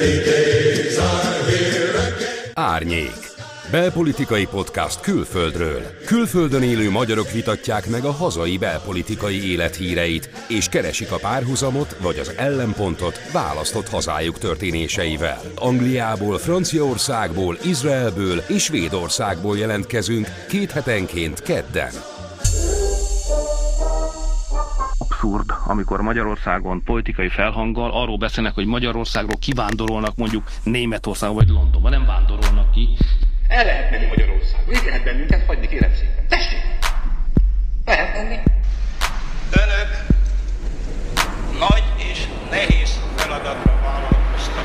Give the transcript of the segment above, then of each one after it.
Árnyék. Belpolitikai podcast külföldről. Külföldön élő magyarok vitatják meg a hazai belpolitikai élethíreit, és keresik a párhuzamot vagy az ellenpontot választott hazájuk történéseivel. Angliából, Franciaországból, Izraelből és Svédországból jelentkezünk 2 hetenként kedden. Abszurd, amikor Magyarországon politikai felhanggal arról beszélnek, hogy Magyarországról kivándorolnak mondjuk Németországba vagy Londonba. Nem vándorolnak ki. El lehet menni Magyarországba. Így lehet bennünket hagyni, kérem szépen. Tessék! Lehet menni. Önök nagy és nehéz feladatra vállalkoztak.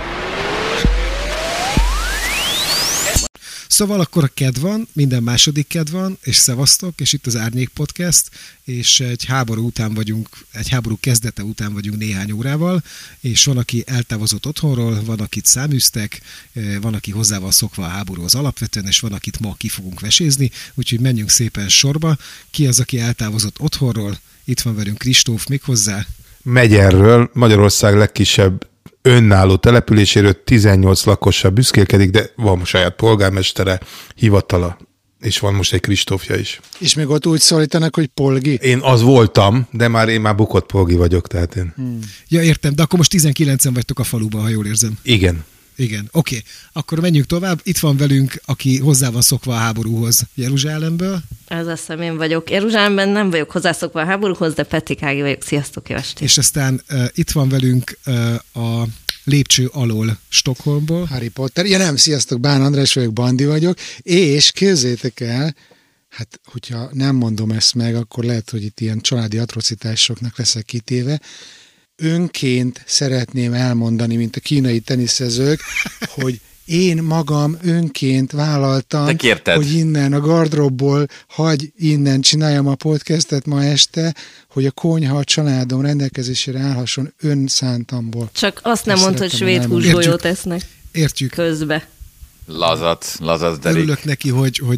Szóval akkor kedv van, minden második kedv van, és szevasztok, és itt az Árnyék Podcast, és egy háború kezdete után vagyunk néhány órával, és van, aki eltávozott otthonról, van, akit száműztek, van, aki hozzá van szokva a háborúhoz alapvetően, és van, akit ma ki fogunk vesézni, úgyhogy menjünk szépen sorba. Ki az, aki eltávozott otthonról? Itt van velünk Kristóf, méghozzá Megyerről, Magyarország legkisebb önálló településéről 18 lakossal büszkélkedik, de van saját polgármestere, hivatala, és van most egy Kristófja is. És még ott úgy szólítanak, hogy polgi? Én az voltam, de én már bukott polgi vagyok, tehát én. Ja, értem, de akkor most 19-en vagytok a faluban, ha jól érzem. Igen, oké. Akkor menjünk tovább. Itt van velünk, aki hozzá van szokva a háborúhoz, Jeruzsálemből. Ez azt hiszem, én vagyok. Jeruzsálemben nem vagyok hozzászokva a háborúhoz, de Peti Kági vagyok. Sziasztok, jó estét. És aztán itt van velünk a lépcső alól Stockholmból. Harry Potter. Ja nem, sziasztok, Bán András vagyok, Bandi vagyok, és képzeljétek el, hát hogyha nem mondom ezt meg, akkor lehet, hogy itt ilyen családi atrocitásoknak leszek kitéve. Önként szeretném elmondani, mint a kínai teniszezők, hogy én magam önként vállaltam, hogy innen a gardróbból innen csináljam a podcastet ma este, hogy a konyha a családom rendelkezésére állhasson önszántamból. Csak azt nem mondta, hogy svéd húsgolyót esznek. Értjük. Közbe. Lazac derék. Örülök neki,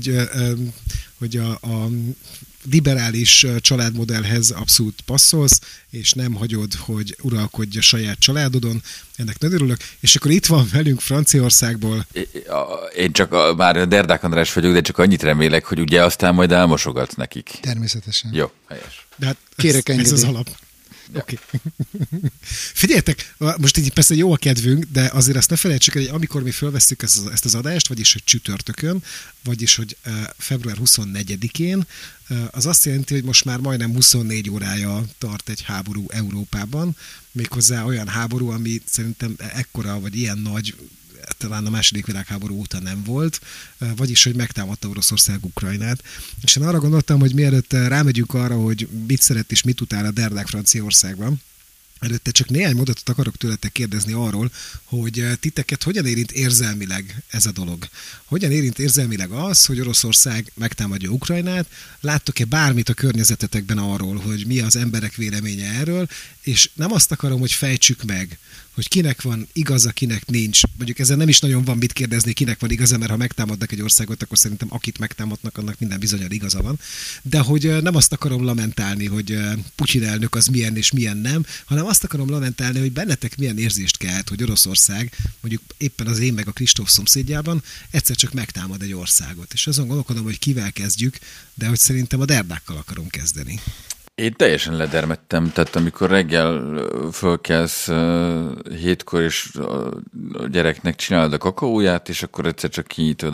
hogy a liberális családmodellhez abszolút passzolsz, és nem hagyod, hogy uralkodj a saját családodon. Ennek nagyon örülök. És akkor itt van velünk Franciaországból. Én csak már Derdák András vagyok, de csak annyit remélek, hogy ugye aztán majd elmosogatsz nekik. Természetesen. Jó, helyes. De hát kérek ez az alap. Ja. Okay. Figyeljetek, most így persze jó a kedvünk, de azért azt ne felejtsük el, hogy amikor mi felvesszük ezt az adást, vagyis hogy csütörtökön, vagyis hogy február 24-én, az azt jelenti, hogy most már majdnem 24 órája tart egy háború Európában, méghozzá olyan háború, ami szerintem ekkora, vagy ilyen nagy, talán a második világháború óta nem volt, vagyis, hogy megtámadta Oroszország Ukrajnát. És én arra gondoltam, hogy mielőtt rámegyünk arra, hogy mit szeret és mit utál a Derdák Franciaországban, előtte csak néhány mondatot akarok tőletek kérdezni arról, hogy titeket hogyan érint érzelmileg ez a dolog. Hogyan érint érzelmileg az, hogy Oroszország megtámadja Ukrajnát? Láttok-e bármit a környezetetekben arról, hogy mi az emberek véleménye erről? És nem azt akarom, hogy fejtsük meg, hogy kinek van igaza, kinek nincs. Mondjuk ezzel nem is nagyon van mit kérdezni, kinek van igaza, mert ha megtámadnak egy országot, akkor szerintem akit megtámadnak, annak minden bizonnyal igaza van. De hogy nem azt akarom lamentálni, hogy Putyin elnök az milyen és milyen nem, hanem azt akarom lamentálni, hogy bennetek milyen érzést kelt, hogy Oroszország, mondjuk éppen az én meg a Kristóf szomszédjában egyszer csak megtámad egy országot. És azon gondolkodom, hogy kivel kezdjük, de hogy szerintem a Derdákkal akarom kezdeni. Én teljesen ledermettem, tehát amikor reggel fölkelsz 7-kor, és a gyereknek csinálod a kakaóját, és akkor egyszer csak kinyitod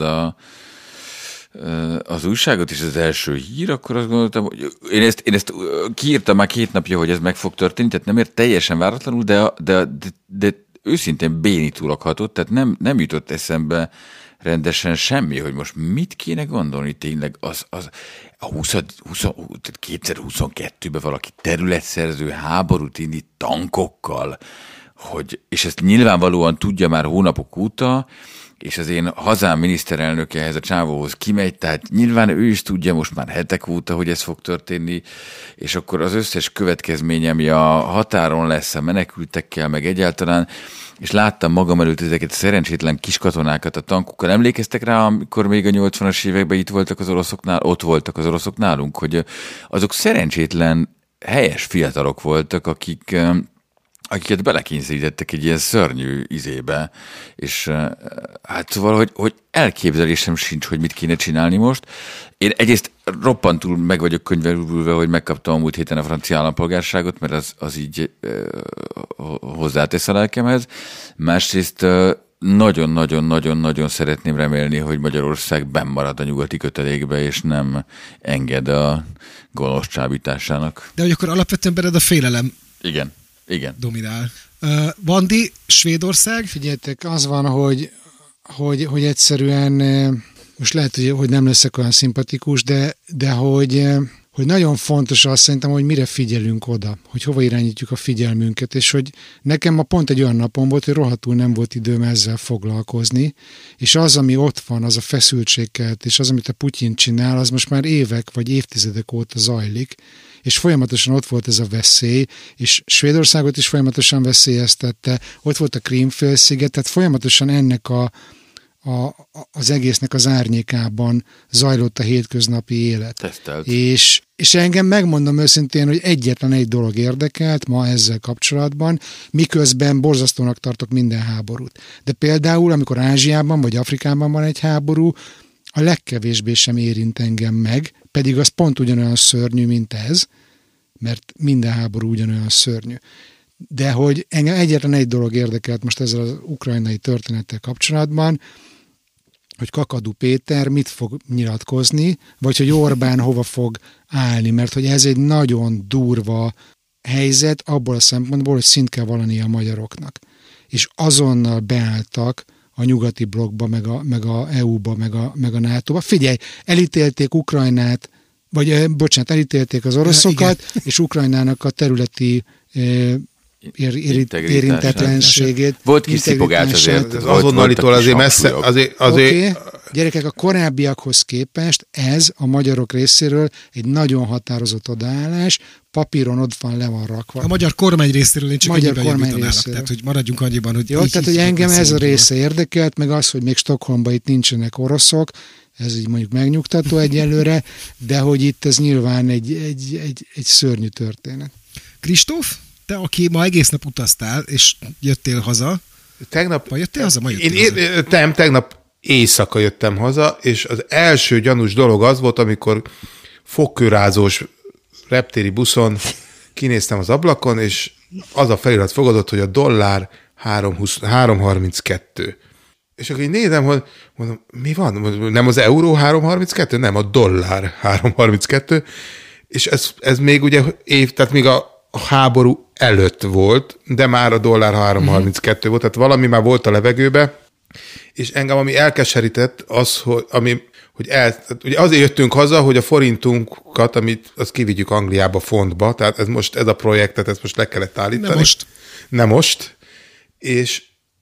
az újságot, és az első hír, akkor azt gondoltam, hogy én ezt kiírtam már 2 napja, hogy ez meg fog történni, tehát nem ért teljesen váratlanul, de őszintén bénítól lakhatott, tehát nem jutott eszembe rendesen semmi, hogy most mit kéne gondolni tényleg a 2022-ben valaki területszerző háborút indít tankokkal, és ezt nyilvánvalóan tudja már hónapok óta, és az én hazám miniszterelnöke ehhez a csávóhoz kimegy, tehát nyilván ő is tudja most már hetek óta, hogy ez fog történni, és akkor az összes következmény, ami a határon lesz a menekültekkel, meg egyáltalán, és láttam magam előtt ezeket a szerencsétlen kis katonákat a tankokkal. Emlékeztek rá, amikor még a 80-as években ott voltak az oroszok nálunk, hogy azok szerencsétlen helyes fiatalok voltak, akik akiket belekényszerítettek egy ilyen szörnyű izébe, és hát szóval, hogy elképzelésem sincs, hogy mit kéne csinálni most. Én egyrészt roppantul meg vagyok könyvelülve, hogy megkaptam a múlt héten a francia állampolgárságot, mert az így hozzátesz a lelkemhez. Másrészt nagyon-nagyon-nagyon-nagyon szeretném remélni, hogy Magyarország benn marad a nyugati kötelékbe, és nem enged a gonosz csábításának. De hogy akkor alapvetően benned a félelem Igen. dominál. Bandi, Svédország? Figyeljetek, az van, hogy egyszerűen, most lehet, hogy nem leszek olyan szimpatikus, de hogy nagyon fontos azt szerintem, hogy mire figyelünk oda, hogy hova irányítjuk a figyelmünket, és hogy nekem ma pont egy olyan napom volt, hogy rohadtul nem volt időm ezzel foglalkozni, és az, ami ott van, az a feszültségkelt, és az, amit a Putyin csinál, az most már évek vagy évtizedek óta zajlik, és folyamatosan ott volt ez a veszély, és Svédországot is folyamatosan veszélyeztette, ott volt a Krím-félsziget, tehát folyamatosan ennek az egésznek az árnyékában zajlott a hétköznapi élet. És engem, megmondom őszintén, hogy egyetlen egy dolog érdekelt ma ezzel kapcsolatban, miközben borzasztónak tartok minden háborút. De például, amikor Ázsiában vagy Afrikában van egy háború, a legkevésbé sem érint engem meg, pedig az pont ugyanolyan szörnyű, mint ez, mert minden háború ugyanolyan szörnyű. De hogy engem egyetlen egy dolog érdekelt most ezzel az ukrajnai történettel kapcsolatban, hogy Kakadu Péter mit fog nyilatkozni, vagy hogy Orbán hova fog állni, mert hogy ez egy nagyon durva helyzet abból a szempontból, hogy szint kell vallani a magyaroknak. És azonnal beálltak a nyugati blokkba, meg a EU-ba, meg a NATO-ba. Figyelj, elítélték Ukrajnát, elítélték az oroszokat, és Ukrajnának a területi érintetlenségét. Volt kis szipogás azért. Azonnalitól azért messze. Oké, gyerekek, a korábbiakhoz képest ez a magyarok részéről egy nagyon határozott odaállás, papíron ott van, le van rakva. A magyar kormány részéről én csak ennyiben javítanálak, tehát hogy maradjunk annyiban, hogy... Jó, tehát hogy engem ez a része érdekelt, meg az, hogy még Stockholmban itt nincsenek oroszok, ez így mondjuk megnyugtató egyelőre, de hogy itt ez nyilván egy szörnyű történet. Kristóf, te, aki ma egész nap utaztál, és jöttél haza. Tegnap... Jöttél haza? Ma jöttél haza. Tegnap éjszaka jöttem haza, és az első gyanús dolog az volt, amikor fogkőrázós reptéri buszon kinéztem az ablakon, és az a felirat fogadott, hogy a dollár 3.32. És akkor így nézem, hogy mondom, mi van? Nem az euró 3.32? Nem, a dollár 3.32. És ez még ugye tehát még a háború előtt volt, de már a dollár 3.32 volt, tehát valami már volt a levegőbe, és engem ami elkeserített az, ugye azért jöttünk haza, hogy a forintunkat, azt kivigyük Angliába fontba, tehát ez a projektet, ezt most le kellett állítani. Nem most. És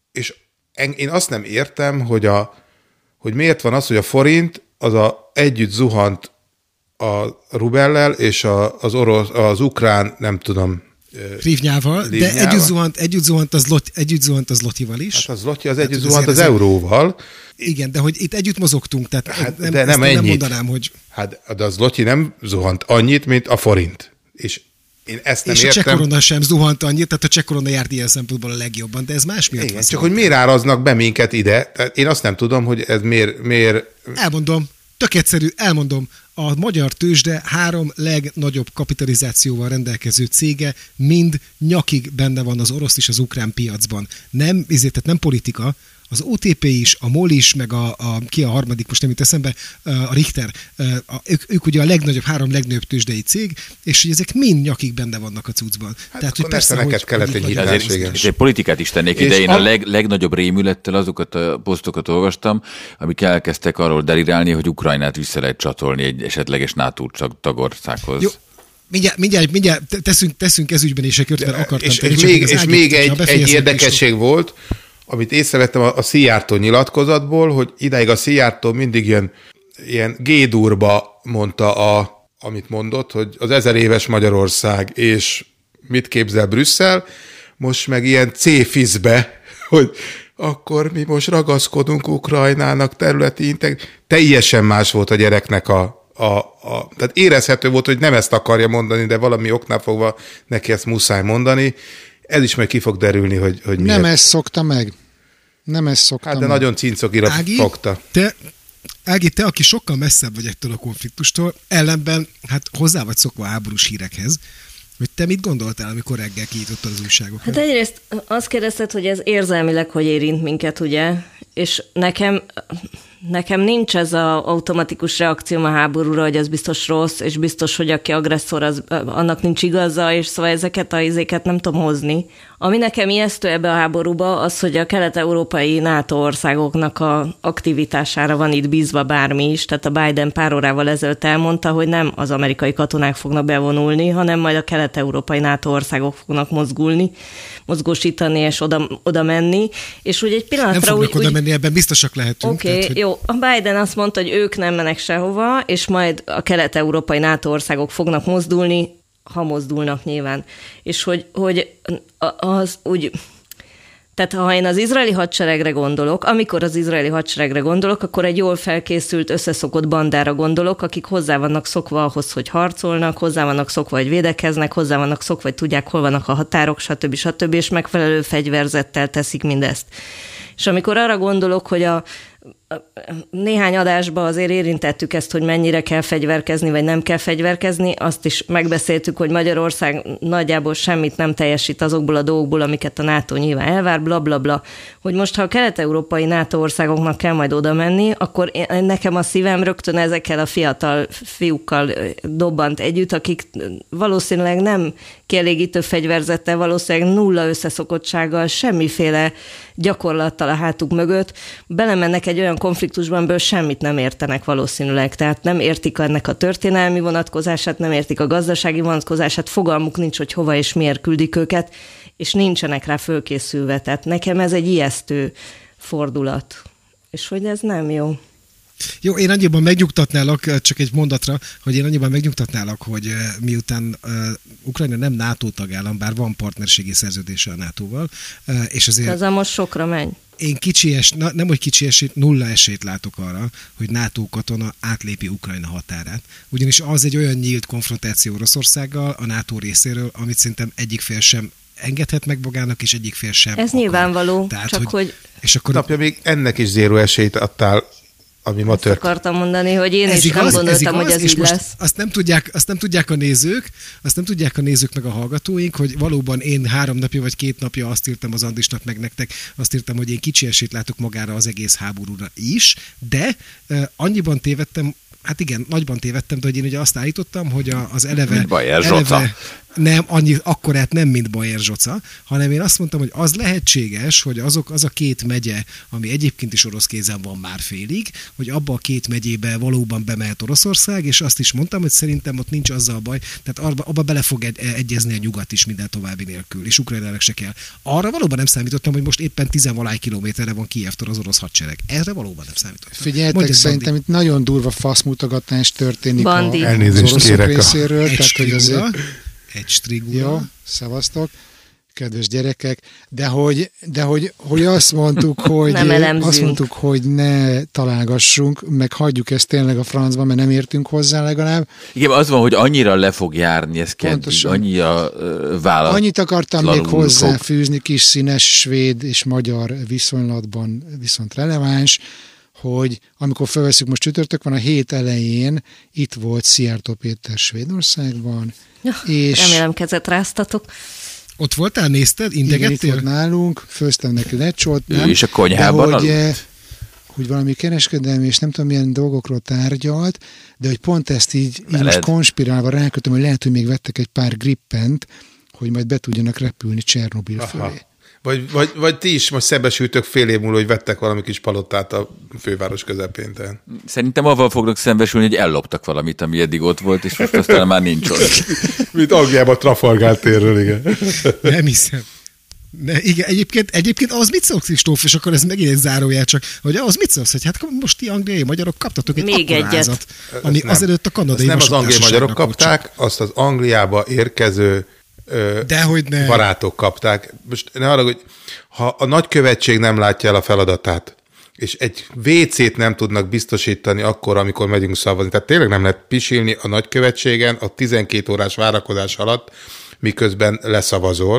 én azt nem értem, hogy miért van az, hogy a forint együtt zuhant a rubellel és az ukrán, nem tudom, Hrivnyával, de együtt zuhant az zlotival is. Hát a zloty az együtt zuhant az euróval. Igen, de hogy itt együtt mozogtunk, tehát nem mondanám, hogy... Hát de a zloty nem zuhant annyit, mint a forint. És én ezt nem értem. És a cseh korona sem zuhant annyit, tehát a cseh korona járt ilyen szempontból a legjobban, de ez más miatt van. Csak hogy miért áraznak be minket ide? Tehát én azt nem tudom, hogy ez miért... Elmondom. Tök egyszerű, elmondom, a magyar tőzsde 3 legnagyobb kapitalizációval rendelkező cége mind nyakig benne van az orosz és az ukrán piacban. Tehát nem politika, az OTP is, a MOL is, meg ki a harmadik, most nem jut eszembe, a Richter, ők ugye a 3 legnagyobb tőzsdei cég, és hogy ezek mind nyakig benne vannak a cuccban. Hát tehát, hogy persze, neked kellett egy hitelséges. És egy politikát is tennék ide, én a legnagyobb rémülettel azokat a posztokat olvastam, amik elkezdtek arról delirálni, hogy Ukrajnát vissza lehet csatolni egy esetleges NATO tagországhoz. Jó. Mindjárt teszünk ez ügyben is egy kört, mert akartam. És még egy érdekesség volt, amit észrevettem a Szijjártó nyilatkozatból, hogy idáig a Szijjártó mindig ilyen G-durba mondta, amit mondott, hogy az 1000 éves Magyarország, és mit képzel Brüsszel, most meg ilyen C-fizbe, hogy akkor mi most ragaszkodunk Ukrajnának területi teljesen más volt a gyereknek tehát érezhető volt, hogy nem ezt akarja mondani, de valami oknál fogva neki ezt muszáj mondani. ez is majd ki fog derülni, hogy miért. Nem ezt szokta meg. Nem ezt szokta Hát de meg. nagyon cincokira fogta. Ági, te, aki sokkal messzebb vagy ettől a konfliktustól, ellenben hát hozzá vagy szokva a háborús hírekhez, hogy te mit gondoltál, amikor reggel kinyitottad az újságokat? Hát egyrészt azt kérdezted, hogy ez érzelmileg hogy érint minket, ugye? És nekem nincs ez az automatikus reakcióm a háborúra, hogy ez biztos rossz, és biztos, hogy aki agresszor, annak nincs igaza, és szóval ezeket a izéket nem tudom hozni. Ami nekem ijesztő ebbe a háborúba, az, hogy a kelet-európai NATO országoknak a aktivitására van itt bízva bármi is, tehát a Biden pár órával ezelőtt elmondta, hogy nem az amerikai katonák fognak bevonulni, hanem majd a kelet-európai NATO országok fognak mozgósítani és oda menni, és úgy egy pillanatra nem fognak oda menni, ebben biztosak lehetünk. Oké, jó. A Biden azt mondta, hogy ők nem mennek sehova, és majd a kelet-európai NATO országok fognak mozdulni, ha mozdulnak nyilván. És hogy az úgy... Tehát ha én az izraeli hadseregre gondolok, amikor az izraeli hadseregre gondolok, akkor egy jól felkészült, összeszokott bandára gondolok, akik hozzá vannak szokva ahhoz, hogy harcolnak, hozzá vannak szokva, hogy védekeznek, hozzá vannak szokva, hogy tudják, hol vannak a határok, stb. És megfelelő fegyverzettel teszik mindezt. És amikor arra gondolok, hogy néhány adásban azért érintettük ezt, hogy mennyire kell fegyverkezni, vagy nem kell fegyverkezni, azt is megbeszéltük, hogy Magyarország nagyjából semmit nem teljesít azokból a dolgokból, amiket a NATO nyilván elvár, blablabla. Hogy most, ha a kelet-európai NATO országoknak kell majd oda menni, akkor nekem a szívem rögtön ezekkel a fiatal fiúkkal dobbant együtt, akik valószínűleg nem kielégítő fegyverzettel, valószínűleg nulla összeszokottsággal, semmiféle gyakorlattal a hátuk mögött belemennek egy olyan konfliktusban, amiből semmit nem értenek valószínűleg. Tehát nem értik ennek a történelmi vonatkozását, nem értik a gazdasági vonatkozását, fogalmuk nincs, hogy hova és miért küldik őket, és nincsenek rá fölkészülve. Tehát nekem ez egy ijesztő fordulat. És hogy ez nem jó. Jó, én annyiban megnyugtatnálak, csak egy mondatra, hogy én annyiban megnyugtatnálak, hogy miután Ukrajna nem NATO tagállam, bár van partnerségi szerződése a NATO-val, és azért... Az most sokra menj. Én nem hogy kicsi esélyt, nulla esélyt látok arra, hogy NATO katona átlépi Ukrajna határát. Ugyanis az egy olyan nyílt konfrontáció Oroszországgal a NATO részéről, amit szerintem egyik fél sem engedhet meg magának, és egyik fél sem ez akar. nyilvánvaló, Tehát, csak hogy... És akkor napja még ennek is zéró esélyt adtál, ami ma történt. Akartam mondani, hogy én is nem gondoltam, hogy ez így lesz. Azt nem tudják a nézők, meg a hallgatóink, hogy valóban én 3 napja vagy 2 napja azt írtam az Andisnak meg nektek, azt írtam, hogy én kicsi esélyt látok magára az egész háborúra is, de annyiban tévedtem, hát igen, nagyban tévedtem, de hogy én ugye azt állítottam, hogy az eleve nem, akkorát nem, mint Bajer Zsoca, hanem én azt mondtam, hogy az lehetséges, hogy az a 2 megye, ami egyébként is orosz kézen van már félig, hogy abba a 2 megyébe valóban bemehet Oroszország, és azt is mondtam, hogy szerintem ott nincs azzal baj, tehát abba bele fog egyezni a nyugat is minden további nélkül, és Ukrajnának se kell. Arra valóban nem számítottam, hogy most éppen 10-valahány kilométerre van Kijevtől az orosz hadsereg. Erre valóban nem számítottam. Figyeljetek, szerintem itt nagyon durva faszmutogatás történik az elnézést oroszok kérek részéről. Tehát, hogy azért... Egy strigula. Jó, szevasztok, kedves gyerekek, de hogy azt mondtuk, hogy ne találgassunk, meg hagyjuk ezt tényleg a francba, mert nem értünk hozzá legalább. Igen, az van, hogy annyira le fog járni ez keddig, annyira vállalatlanul. Annyit akartam még hozzáfűzni, kis színes svéd és magyar viszonylatban viszont releváns, hogy amikor felveszünk, most csütörtök van, a hét elején itt volt Szijjártó Péter Svédországban, és... Remélem kezet ráztatok. Ott voltál, nézted, integettél? Igen, itt volt nálunk, főztem neki lecsót, nem? És a konyhában hogy valami kereskedelmi, és nem tudom, milyen dolgokról tárgyalt, de hogy pont ezt így most konspirálva rákötöm, hogy lehet, hogy még vettek egy pár grippent, hogy majd be tudjanak repülni Csernobil fölé. Vagy ti is most szembesültök fél év múlva, hogy vettek valami kis palotát a főváros közepén. Szerintem avval fognak szembesülni, hogy elloptak valamit, ami eddig ott volt, és most aztán már nincs ott. Mint Angliában Trafalgar térről, igen. Nem hiszem. Igen, egyébként az mit szólsz, Kristóf, és akkor ez megint egy zárójel csak, hogy az mit szólsz, hogy hát most ti angliai magyarok kaptatok egy akkora házat, ami azelőtt a kanadai nem az angliai magyarok kapták, azt az Angliába érkező barátok kapták. Most ne arra, hogy ha a nagykövetség nem látja el a feladatát, és egy WC-t nem tudnak biztosítani akkor, amikor megyünk szavazni, tehát tényleg nem lehet pisilni a nagykövetségen a 12 órás várakozás alatt, miközben leszavazol,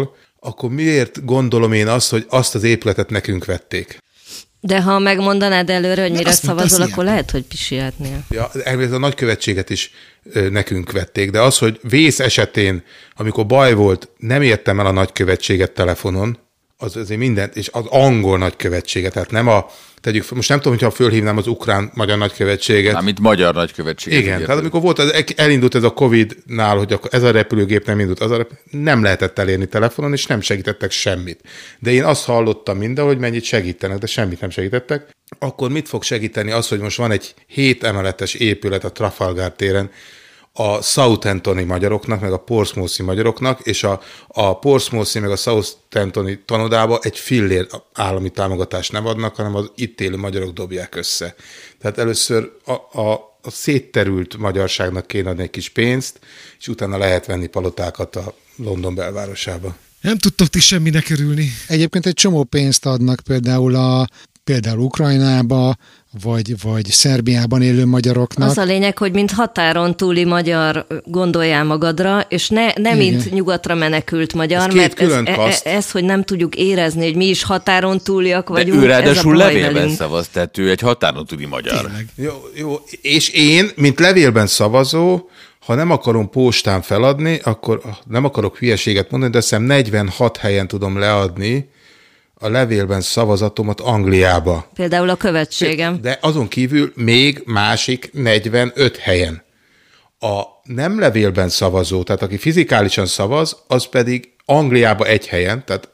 akkor miért gondolom én azt, hogy azt az épületet nekünk vették? De ha megmondanád előre, hogy mire azt mondta, szavazol, az akkor ilyen. lehet, hogy pisilhetnél. Ja, elméletileg a nagykövetséget is nekünk vették, de az, hogy vész esetén, amikor baj volt, nem értem el a nagykövetséget telefonon, az azért mindent, és az angol nagykövetséget, tehát nem a, tegyük, most nem tudom, hogyha fölhívnám az ukrán-magyar nagykövetséget. Mármint magyar nagykövetséget. Igen, tehát amikor volt, elindult ez a Covid-nál, hogy ez a repülőgép nem indult, nem lehetett elérni telefonon, és nem segítettek semmit. De én azt hallottam mindenhol, hogy mennyit segítenek, de semmit nem segítettek. Akkor mit fog segíteni az, hogy most van egy 7 emeletes épület a Trafalgar téren, a Southamptoni magyaroknak, meg a Portsmouthi magyaroknak, és a Portsmouthi meg a Southamptoni tanodába egy fillér állami támogatást nem adnak, hanem az itt élő magyarok dobják össze. Tehát először a szétterült magyarságnak kéne adni egy kis pénzt, és utána lehet venni palotákat a London belvárosába. Nem tudtok ti semminek örülni. Egyébként egy csomó pénzt adnak például Ukrajnába, vagy Szerbiában élő magyaroknak. Az a lényeg, hogy mint határon túli magyar gondoljál magadra, és ne mint nyugatra menekült magyar, ez mert ez, hogy nem tudjuk érezni, hogy mi is határon túliak vagyunk, de ő ráadásul ez a baj levélben velünk. szavaz, tehát ő egy határon túli magyar. Tényleg. Jó, és én, mint levélben szavazó, ha nem akarom postán feladni, akkor nem akarok hülyeséget mondani, de azt hiszem 46 helyen tudom leadni a levélben szavazatomat Angliába. Például a követségem. De azon kívül még másik 45 helyen. A nem levélben szavazó, tehát aki fizikálisan szavaz, az pedig Angliába egy helyen, tehát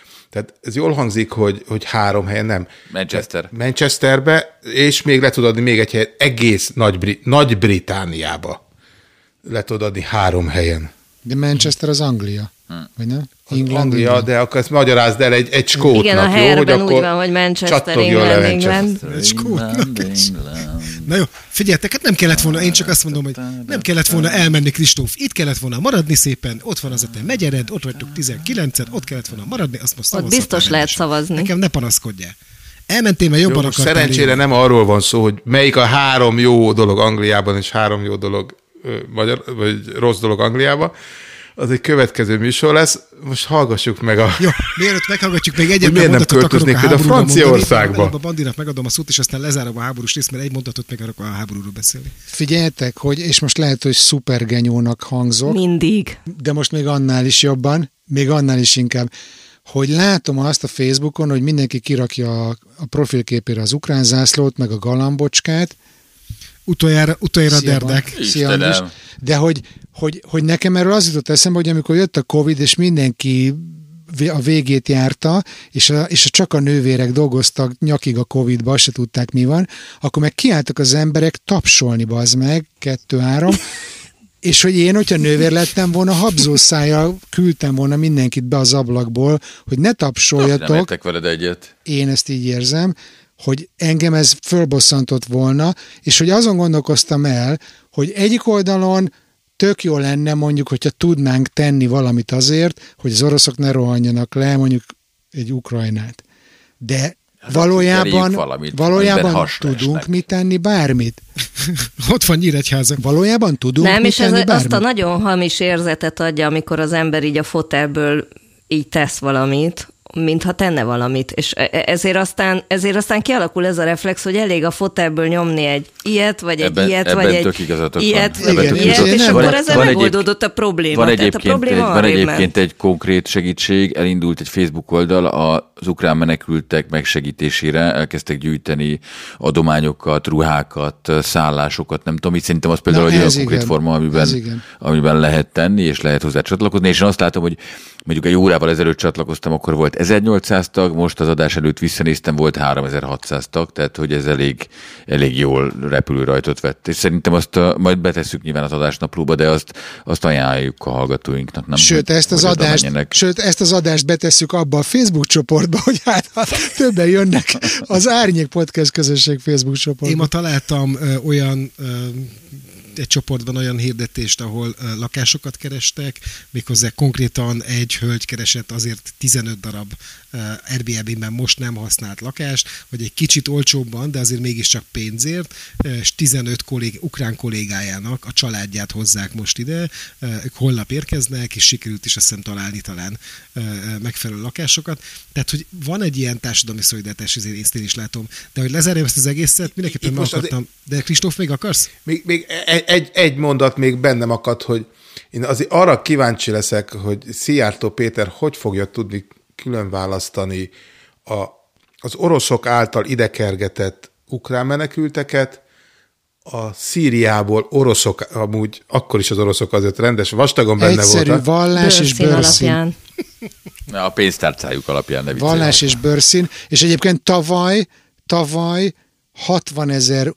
ez jól hangzik, hogy 3 helyen, nem. Manchesterbe, és még le tudod adni még egy helyen, egész Nagy-Britániába le tudod adni 3 helyen. De Manchester az Anglia, vagy nem? Anglia, de akkor ezt magyarázd el egy skótnak, igen, a jó? helyben úgy van, hogy Manchester, England. Egy skótnak. Na jó, figyeljetek, hát nem kellett volna, én csak azt mondom, hogy nem kellett volna elmenni, Kristóf, itt kellett volna maradni szépen, ott van az a te megyered, ott vagytok 19-en, ott kellett volna maradni, azt most ott biztos lehet szavazni. Nekem ne panaszkodjál. Elmentél, mert jobban akartál. Szerencsére nem arról van szó, hogy melyik a 3 jó dolog Angliában, és 3 jó dolog vagy rossz dolog Angliában. Az egy következő műsor lesz. Most hallgassuk meg a... Jó, mielőtt meghallgatjuk, még egyetlen miért nem mondatot akarok költöznék a például háborúra Franciaországba? mondani. A Bandinak megadom a szót, és aztán lezárom a háborús részt, mert egy mondatot meg akarok a háborúról beszélni. Figyeljetek, hogy, és most lehet, hogy szupergenyónak hangzok. Mindig. De most még annál is jobban, még annál is inkább, hogy látom azt a Facebookon, hogy mindenki kirakja a profilképére az ukrán zászlót, meg a galambocskát. Utoljára Derdek. Szia, Andris. De hogy nekem erről az jutott eszembe, hogy amikor jött a Covid, és mindenki a végét járta, és csak a nővérek dolgoztak nyakig a Covid-ba, se tudták mi van, akkor meg kiálltak az emberek tapsolni, bazd meg, 2-3, és hogy én, hogyha nővér lettem volna, habzószájjal küldtem volna mindenkit be az ablakból, hogy ne tapsoljatok. Nem értek veled egyet. Én ezt így érzem, hogy engem ez fölbosszantott volna, és hogy azon gondolkoztam el, hogy egyik oldalon tök jó lenne mondjuk, hogyha tudnánk tenni valamit azért, hogy az oroszok ne rohanjanak le mondjuk egy Ukrajnát. De valójában tudunk mit tenni, bármit. Ott van Nyíregyháza. Valójában tudunk nem, mit és tenni, bármit. azt a nagyon hamis érzetet adja, amikor az ember így a fotelből így tesz valamit, mintha tenne valamit. És ezért aztán kialakul ez a reflex, hogy elég a fotelből nyomni egy ilyet, vagy egy ilyet, vagy egy ilyet, vagy egy ilyet, és akkor ezzel megoldódott a probléma. Van egyébként egy konkrét segítség, elindult egy Facebook oldal az ukrán menekültek megsegítésére, elkezdtek gyűjteni adományokat, ruhákat, szállásokat, nem tudom, így szerintem az például egy olyan konkrét forma, amiben lehet tenni, és lehet hozzá csatlakozni, és én azt látom, hogy mondjuk egy órával ezelőtt csatlakoztam, akkor volt 1800 tag, most az adás előtt visszanéztem, volt 3600 tag, tehát hogy ez elég jól repülőrajtot vett. És szerintem azt majd betesszük nyilván az adásnaplóba, de azt ajánljuk a hallgatóinknak. Nem? Sőt, ezt az adást betesszük abba a Facebook csoportba, hogy hát többen jönnek az Árnyék Podcast közösség Facebook csoportba. Én ma találtam olyan egy csoportban olyan hirdetést, ahol lakásokat kerestek, méghozzá konkrétan egy hölgy keresett azért 15 darab Airbnb-ben most nem használt lakást, vagy egy kicsit olcsóbban, de azért mégiscsak pénzért, és 15 ukrán kollégájának a családját hozzák most ide, ők holnap érkeznek, és sikerült is azt hiszem találni talán megfelelő lakásokat. Tehát, hogy van egy ilyen társadalmi szolidaritás, ezért én is látom. De hogy lezárjam ezt az egészet, mindenképpen meg akartam. De Kristóf, még akarsz? Még egy mondat még bennem akad, hogy én azért arra kíváncsi leszek, hogy Szijjártó Péter hogy fogja tudni külön választani az oroszok által idekergetett ukrán menekülteket, a Szíriából oroszok, amúgy akkor is az oroszok azért rendes, vastagon benne voltak. Egyszerű vallás és bőrszín. A pénztárcájuk alapján ne viccelj. Vallás és bőrszín. És egyébként tavaly 60 000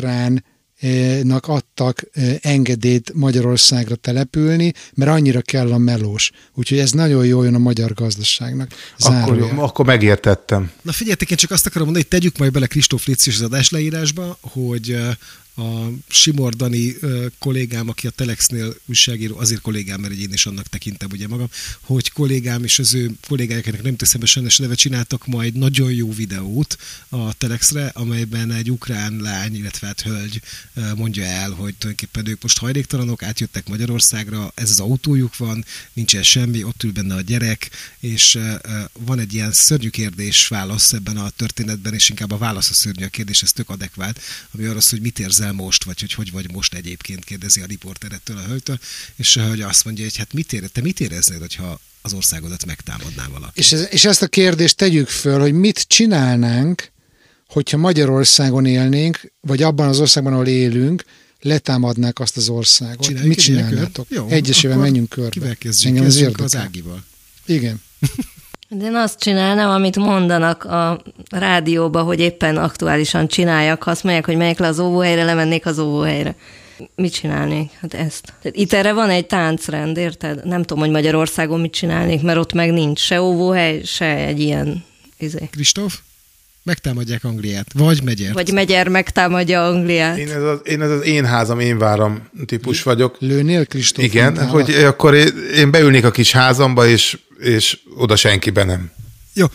ukránnak adtak engedélyt Magyarországra települni, mert annyira kell a melós. Úgyhogy ez nagyon jól jön a magyar gazdaságnak. Akkor megértettem. Na figyeljetek, én csak azt akarom mondani, hogy tegyük majd bele Kristóf Léci és az adásleírásba, hogy a Simor Dani kollégám, aki a Telexnél újságíró, azért kollégám, mert én is annak tekintem ugye magam, hogy kollégám és az ő kollégájának nem teszem sajnos neve, csináltak majd nagyon jó videót a Telexre, amelyben egy ukrán lány, illetve hát hölgy mondja el, hogy tulajdonképpen ők most hajléktalanok, átjöttek Magyarországra, ez az autójuk van, nincsen semmi, ott ül benne a gyerek, és van egy ilyen szörnyű kérdés-válasz ebben a történetben, és inkább a válasz a szörnyű, a kérdés, ez tök adekvált, ami arra szól, hogy mit érzel most, vagy hogy vagy most egyébként, kérdezi a riporter ettől a hölgytől, és hogy azt mondja, hogy hát te mit éreznéd, hogyha az országodat megtámadná valaki? És ezt a kérdést tegyük föl, hogy mit csinálnánk, hogyha Magyarországon élnénk, vagy abban az országban, ahol élünk, letámadnák azt az országot. Csináljuk mit csinálnátok? Egyesével menjünk körbe. Kivel kezdjük az Ágival. Igen. De én azt csinálnám, amit mondanak a rádióba, hogy éppen aktuálisan csináljak. Ha azt mondják, hogy megyek le az óvóhelyre, lemennék az óvóhelyre. Mit csinálnék? Hát ezt. Tehát itt erre van egy táncrend, érted? Nem tudom, hogy Magyarországon mit csinálnék, mert ott meg nincs se óvóhely, se egy ilyen Kristóf? Megtámadják Angliát. Vagy Megyer. Vagy Megyer megtámadja Angliát. Én ez az én házam, én várom típus vagyok. Lőnél, Kristóf? Igen, hogy akkor én beülnék a kis házamba, és oda senkibe nem. Jó,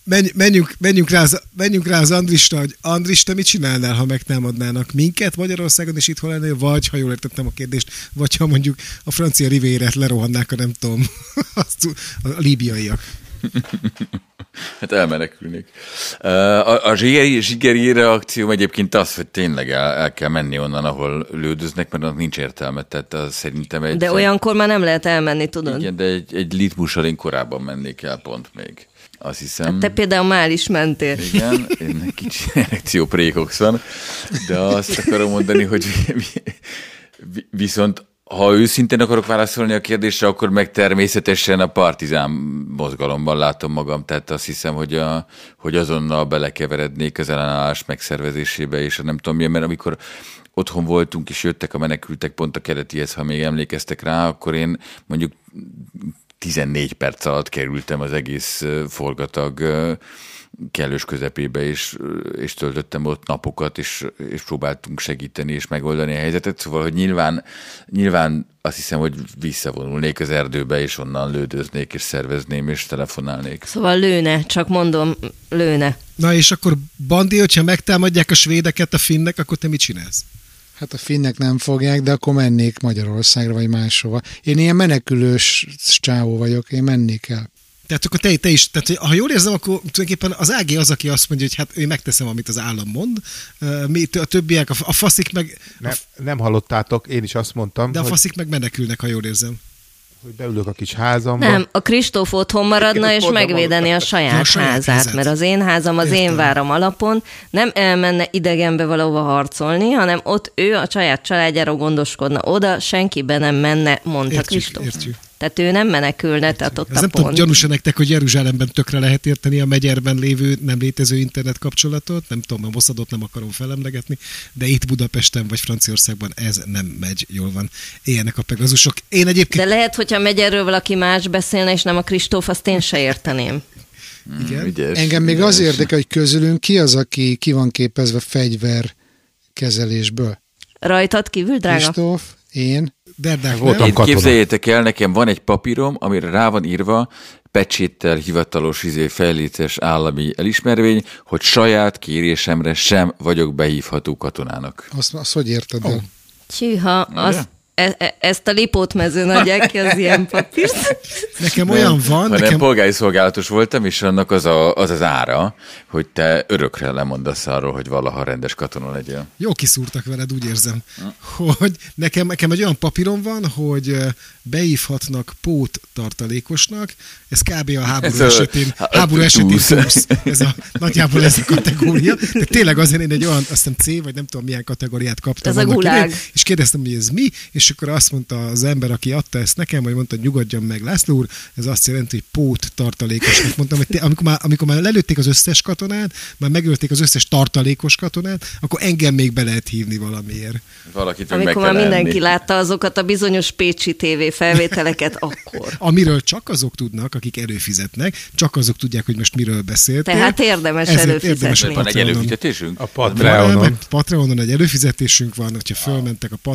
menjünk rá az Andrista, hogy Andris, te mit csinálnál, ha megtámadnának minket Magyarországon, és itt hol lennél, vagy, ha jól értettem a kérdést, vagy ha mondjuk a francia rivérát lerohannák nem tudom, a líbiaiak. Hát elmenekülnék. A zsigeri reakció egyébként az, hogy tényleg el kell menni onnan, ahol lődöznek, mert annak nincs értelme. Tehát az szerintem de olyankor már nem lehet elmenni, tudod? Igen, de egy litmussal én korábban mennék el pont még. Azt hiszem. Hát te például már is mentél. Igen, én kicsi erekcióprékox van, de azt akarom mondani, hogy viszont ha őszintén akarok válaszolni a kérdésre, akkor meg természetesen a partizán mozgalomban látom magam, tehát azt hiszem, hogy azonnal belekeverednék az ellenállás megszervezésébe, és nem tudom milyen, mert amikor otthon voltunk, és jöttek a menekültek pont a keletihez, ha még emlékeztek rá, akkor én mondjuk 14 perc alatt kerültem az egész forgatag kellős közepébe, és töltöttem ott napokat, és próbáltunk segíteni és megoldani a helyzetet. Szóval, hogy nyilván azt hiszem, hogy visszavonulnék az erdőbe, és onnan lődöznék, és szervezném, és telefonálnék. Szóval lőne, csak mondom, lőne. Na és akkor Bandi, hogyha megtámadják a svédeket, a finnek, akkor te mit csinálsz? Hát a finnek nem fogják, de akkor mennék Magyarországra, vagy máshova. Én ilyen menekülős csávó vagyok, én mennék el. Tehát akkor te is, tehát ha jól érzem, akkor tulajdonképpen az Ági az, aki azt mondja, hogy hát én megteszem, amit az állam mond, a többiek, a faszik meg... Nem hallottátok, én is azt mondtam. De a faszik meg menekülnek, ha jól érzem. Hogy beülök a kis házamba. Nem, a Kristóf otthon maradna, és megvédeni a saját házát, mert az én házam az én váram alapon nem elmenne idegenbe valahova harcolni, hanem ott ő a saját családjáról gondoskodna. Oda senkibe nem menne, mondta Kristóf. Értjük. Tehát ő nem menekülne, tehát ott ez a nem pont. tudom, gyanúsan nektek, hogy Jeruzsálemben tökre lehet érteni a Megyerben lévő, nem létező internet kapcsolatot, nem tudom, a Mossadot nem akarom felemlegetni, de itt Budapesten vagy Franciaországban ez nem megy, jól van. Éljenek a pegazusok. Én egyébként... De lehet, hogyha Megyerről valaki más beszélne, és nem a Kristóf, azt én se érteném. Igen. Ügyes, engem még az érdekel, hogy közülünk ki az, aki ki van képezve fegyverkezelésből. Rajtad kívül, drága? Kristóf, én. Derdák, Voltam nem? katona. Képzeljétek el, nekem van egy papírom, amire rá van írva pecséttel hivatalos fejléces állami elismervény, hogy saját kérésemre sem vagyok behívható katonának. Azt hogy érted el? Hűha, ezt a Lipót-mezőn adják ki az ilyen papírt. Nekem olyan van, Nekem polgári szolgálatos voltam, és annak az ára, hogy te örökre lemondasz arról, hogy valaha rendes katona legyél. Jó kiszúrtak veled, úgy érzem, hogy nekem egy olyan papírom van, hogy beívhatnak pót tartalékosnak, ez kb. A háború esetén túlsz. Nagyjából ez a kategória, de tényleg azért én egy olyan, azt hiszem C, vagy nem tudom milyen kategóriát kaptam. Ez a gulág. És kérdeztem, hogy ez mi, és akkor azt mondta az ember, aki adta ezt nekem, hogy mondta, hogy nyugodjon meg, László úr, ez azt jelenti, hogy pót tartalékosnak. Mondtam, hogy amikor már lelőtték az összes katonát, már megölték az összes tartalékos katonát, akkor engem még be lehet hívni valamiért. Amikor már mindenki látta azokat a bizonyos pécsi TV felvételeket, akkor. Amiről csak azok tudnak, akik előfizetnek, csak azok tudják, hogy most miről beszéltél. Tehát érdemes előfizetni. Van egy előfizetésünk? A Patreonon. Patreonon egy előfizetésünk van, hogyha fölmentek a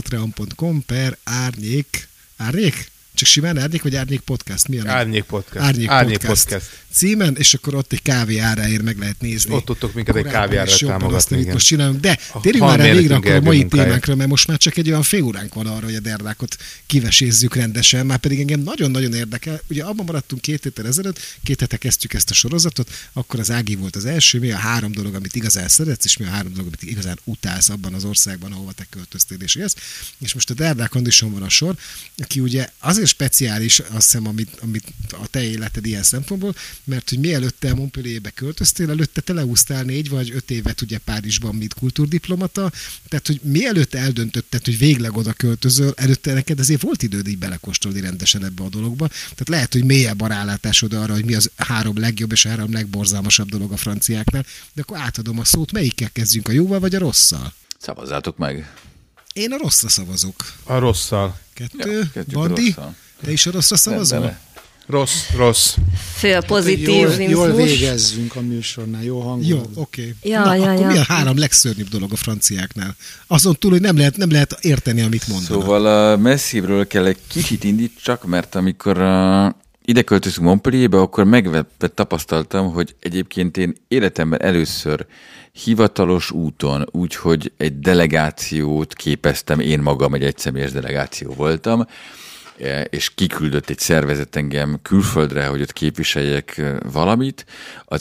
patreon.com/árnyék. Csak simán Árnyék, vagy Árnyék Podcast? Mi a neve? Árnyék Podcast címen, és akkor ott egy kávé áráért meg lehet nézni. Ott tudtok minket egy kávé árára támogatni. Amit most csinálunk. De térjünk már rá végre akkor a mai témánkra, mert most már csak egy olyan fél óránk van arra, hogy a derdákot kivesézzük rendesen, már pedig engem nagyon-nagyon érdekel. Ugye abban maradtunk 2 héttel ezelőtt, 2 hete kezdtük ezt a sorozatot, akkor az Ági volt az első, mi a 3 dolog, amit igazán szeretsz, és mi a 3 dolog, amit igazán utálsz abban az országban, ahova te költöztél és élsz. És most a Derdák Kondison van a sor, aki ugye azért speciális, azt hiszem, amit a te életed ilyen szempontból, mert hogy mielőtt te Montpellierbe költöztél, előtte te leúsztál 4 vagy 5 évet ugye Párizsban, mint kultúrdiplomata, tehát hogy mielőtt eldöntötted, hogy végleg oda költözöl, előtte neked azért volt időd így belekóstolni rendesen ebbe a dologba, tehát lehet, hogy mélyebb a rálátásod arra, hogy mi az 3 legjobb és 3 legborzalmasabb dolog a franciáknál, de akkor átadom a szót, melyikkel kezdjünk, a jóval vagy a rosszal? Szavazzátok meg. Én a rosszra szavazok. A rosszal. 2, Bandi, te is a rosszra szavazol? Rossz. Fél pozitív. Jól végezzünk a műsornál, jó hangon. Jó, oké. Akkor mi a 3 legszörnyűbb dolog a franciáknál? Azon túl, hogy nem lehet érteni, amit mondanak. Szóval messzívről kell egy kicsit indítsak, mert amikor ide költözünk Montpellierbe, akkor megvetve tapasztaltam, hogy egyébként én életemben először hivatalos úton, úgyhogy egy delegációt képeztem, én magam egy egyszemélyes delegáció voltam, és kiküldött egy szervezet engem külföldre, hogy ott képviseljek valamit. Az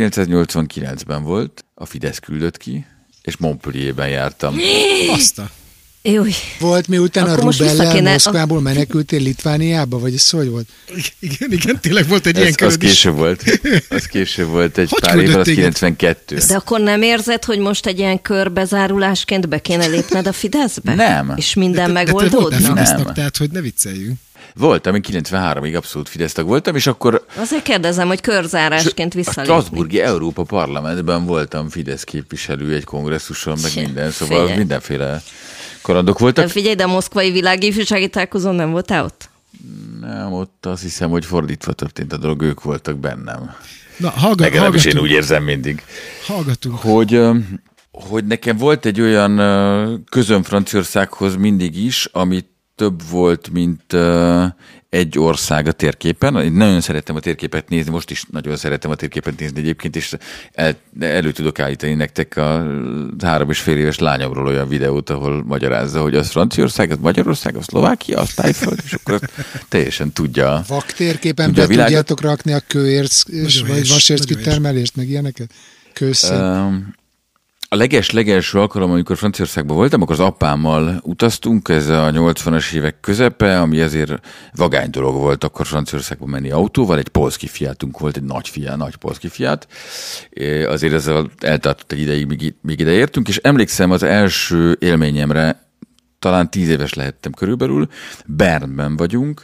1989-ben volt, a Fidesz küldött ki, és Montpellierben jártam. Baszta. Júj. Volt miután Akkor a most Rubellel Moszkvából menekültél Litvániába, vagy ez hogy volt? Igen, tényleg volt egy ilyen köröd is. Az később volt egy pár évvel, az 92. De akkor nem érzed, hogy most egy ilyen körbezárulásként be kéne lépned a Fideszbe? Nem. És minden megoldódna? De te voltál Fidesztag, tehát hogy ne vicceljünk. Voltam, én 93-ig abszolút Fidesztag voltam, és akkor... Azért kérdezem, hogy körzárásként visszalépni. A Strasbourgi Európa Parlamentben voltam Fidesz képviselő egy kongresszuson, meg minden, szóval Figyelj. mindenféle kalandok voltak. De figyelj, de a moszkvai világifjúsági találkozón nem voltál ott? Nem, ott azt hiszem, hogy fordítva történt a dolog, ők voltak bennem. Na, legalábbis én úgy érzem mindig. Hallgatunk. Hogy nekem volt egy olyan közöm Franciaországhoz mindig is, amit több volt, mint egy ország a térképen. Én nagyon szeretem a térképet nézni, most is nagyon szeretem a térképet nézni egyébként, és elő tudok állítani nektek a 3,5 éves lányomról olyan videót, ahol magyarázza, hogy az Franciaország, az Magyarország, az Szlovákia, az Tájföld, és akkor teljesen tudja. Vaktérképen be tudjátok rakni a kőérc vagy vasérc kitermelést, meg ilyeneket? Kőszín. A legelső alkalom, amikor Franciaországban voltam, akkor az apámmal utaztunk, ez a 80-as évek közepe, ami azért vagány dolog volt akkor Franciaországban menni autóval, egy polszki fiátunk volt, egy nagy polszki fiát, azért ez eltartott egy ideig, míg ide értünk, és emlékszem az első élményemre, talán 10 éves lehettem körülbelül, Bernben vagyunk,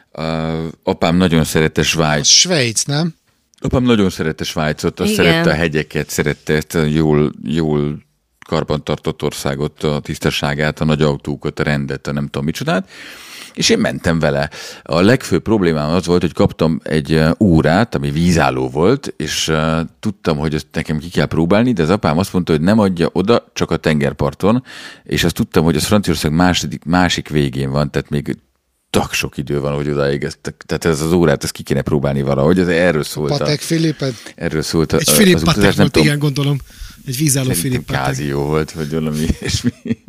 apám nagyon szerette Svájc. Svájc, nem? Apám nagyon szerette Svájcot, azt szerette a hegyeket, szerette ezt a jól karbantartott országot, a tisztaságát, a nagy autókat, a rendet, a nem tudom micsodát, és én mentem vele. A legfőbb problémám az volt, hogy kaptam egy órát, ami vízálló volt, és tudtam, hogy ezt nekem ki kell próbálni, de az apám azt mondta, hogy nem adja oda, csak a tengerparton, és azt tudtam, hogy az Franciaország másik végén van, tehát még tak sok idő van, hogy odaig tehát ez az órát, ezt ki kéne próbálni valahogy, ez erről szólt. Patek Philippet? Erről szólt egy Philipp Patek volt, igen, gondolom. Egy vízálló Philipp Patek. Kázió volt, vagy valami ilyesmi.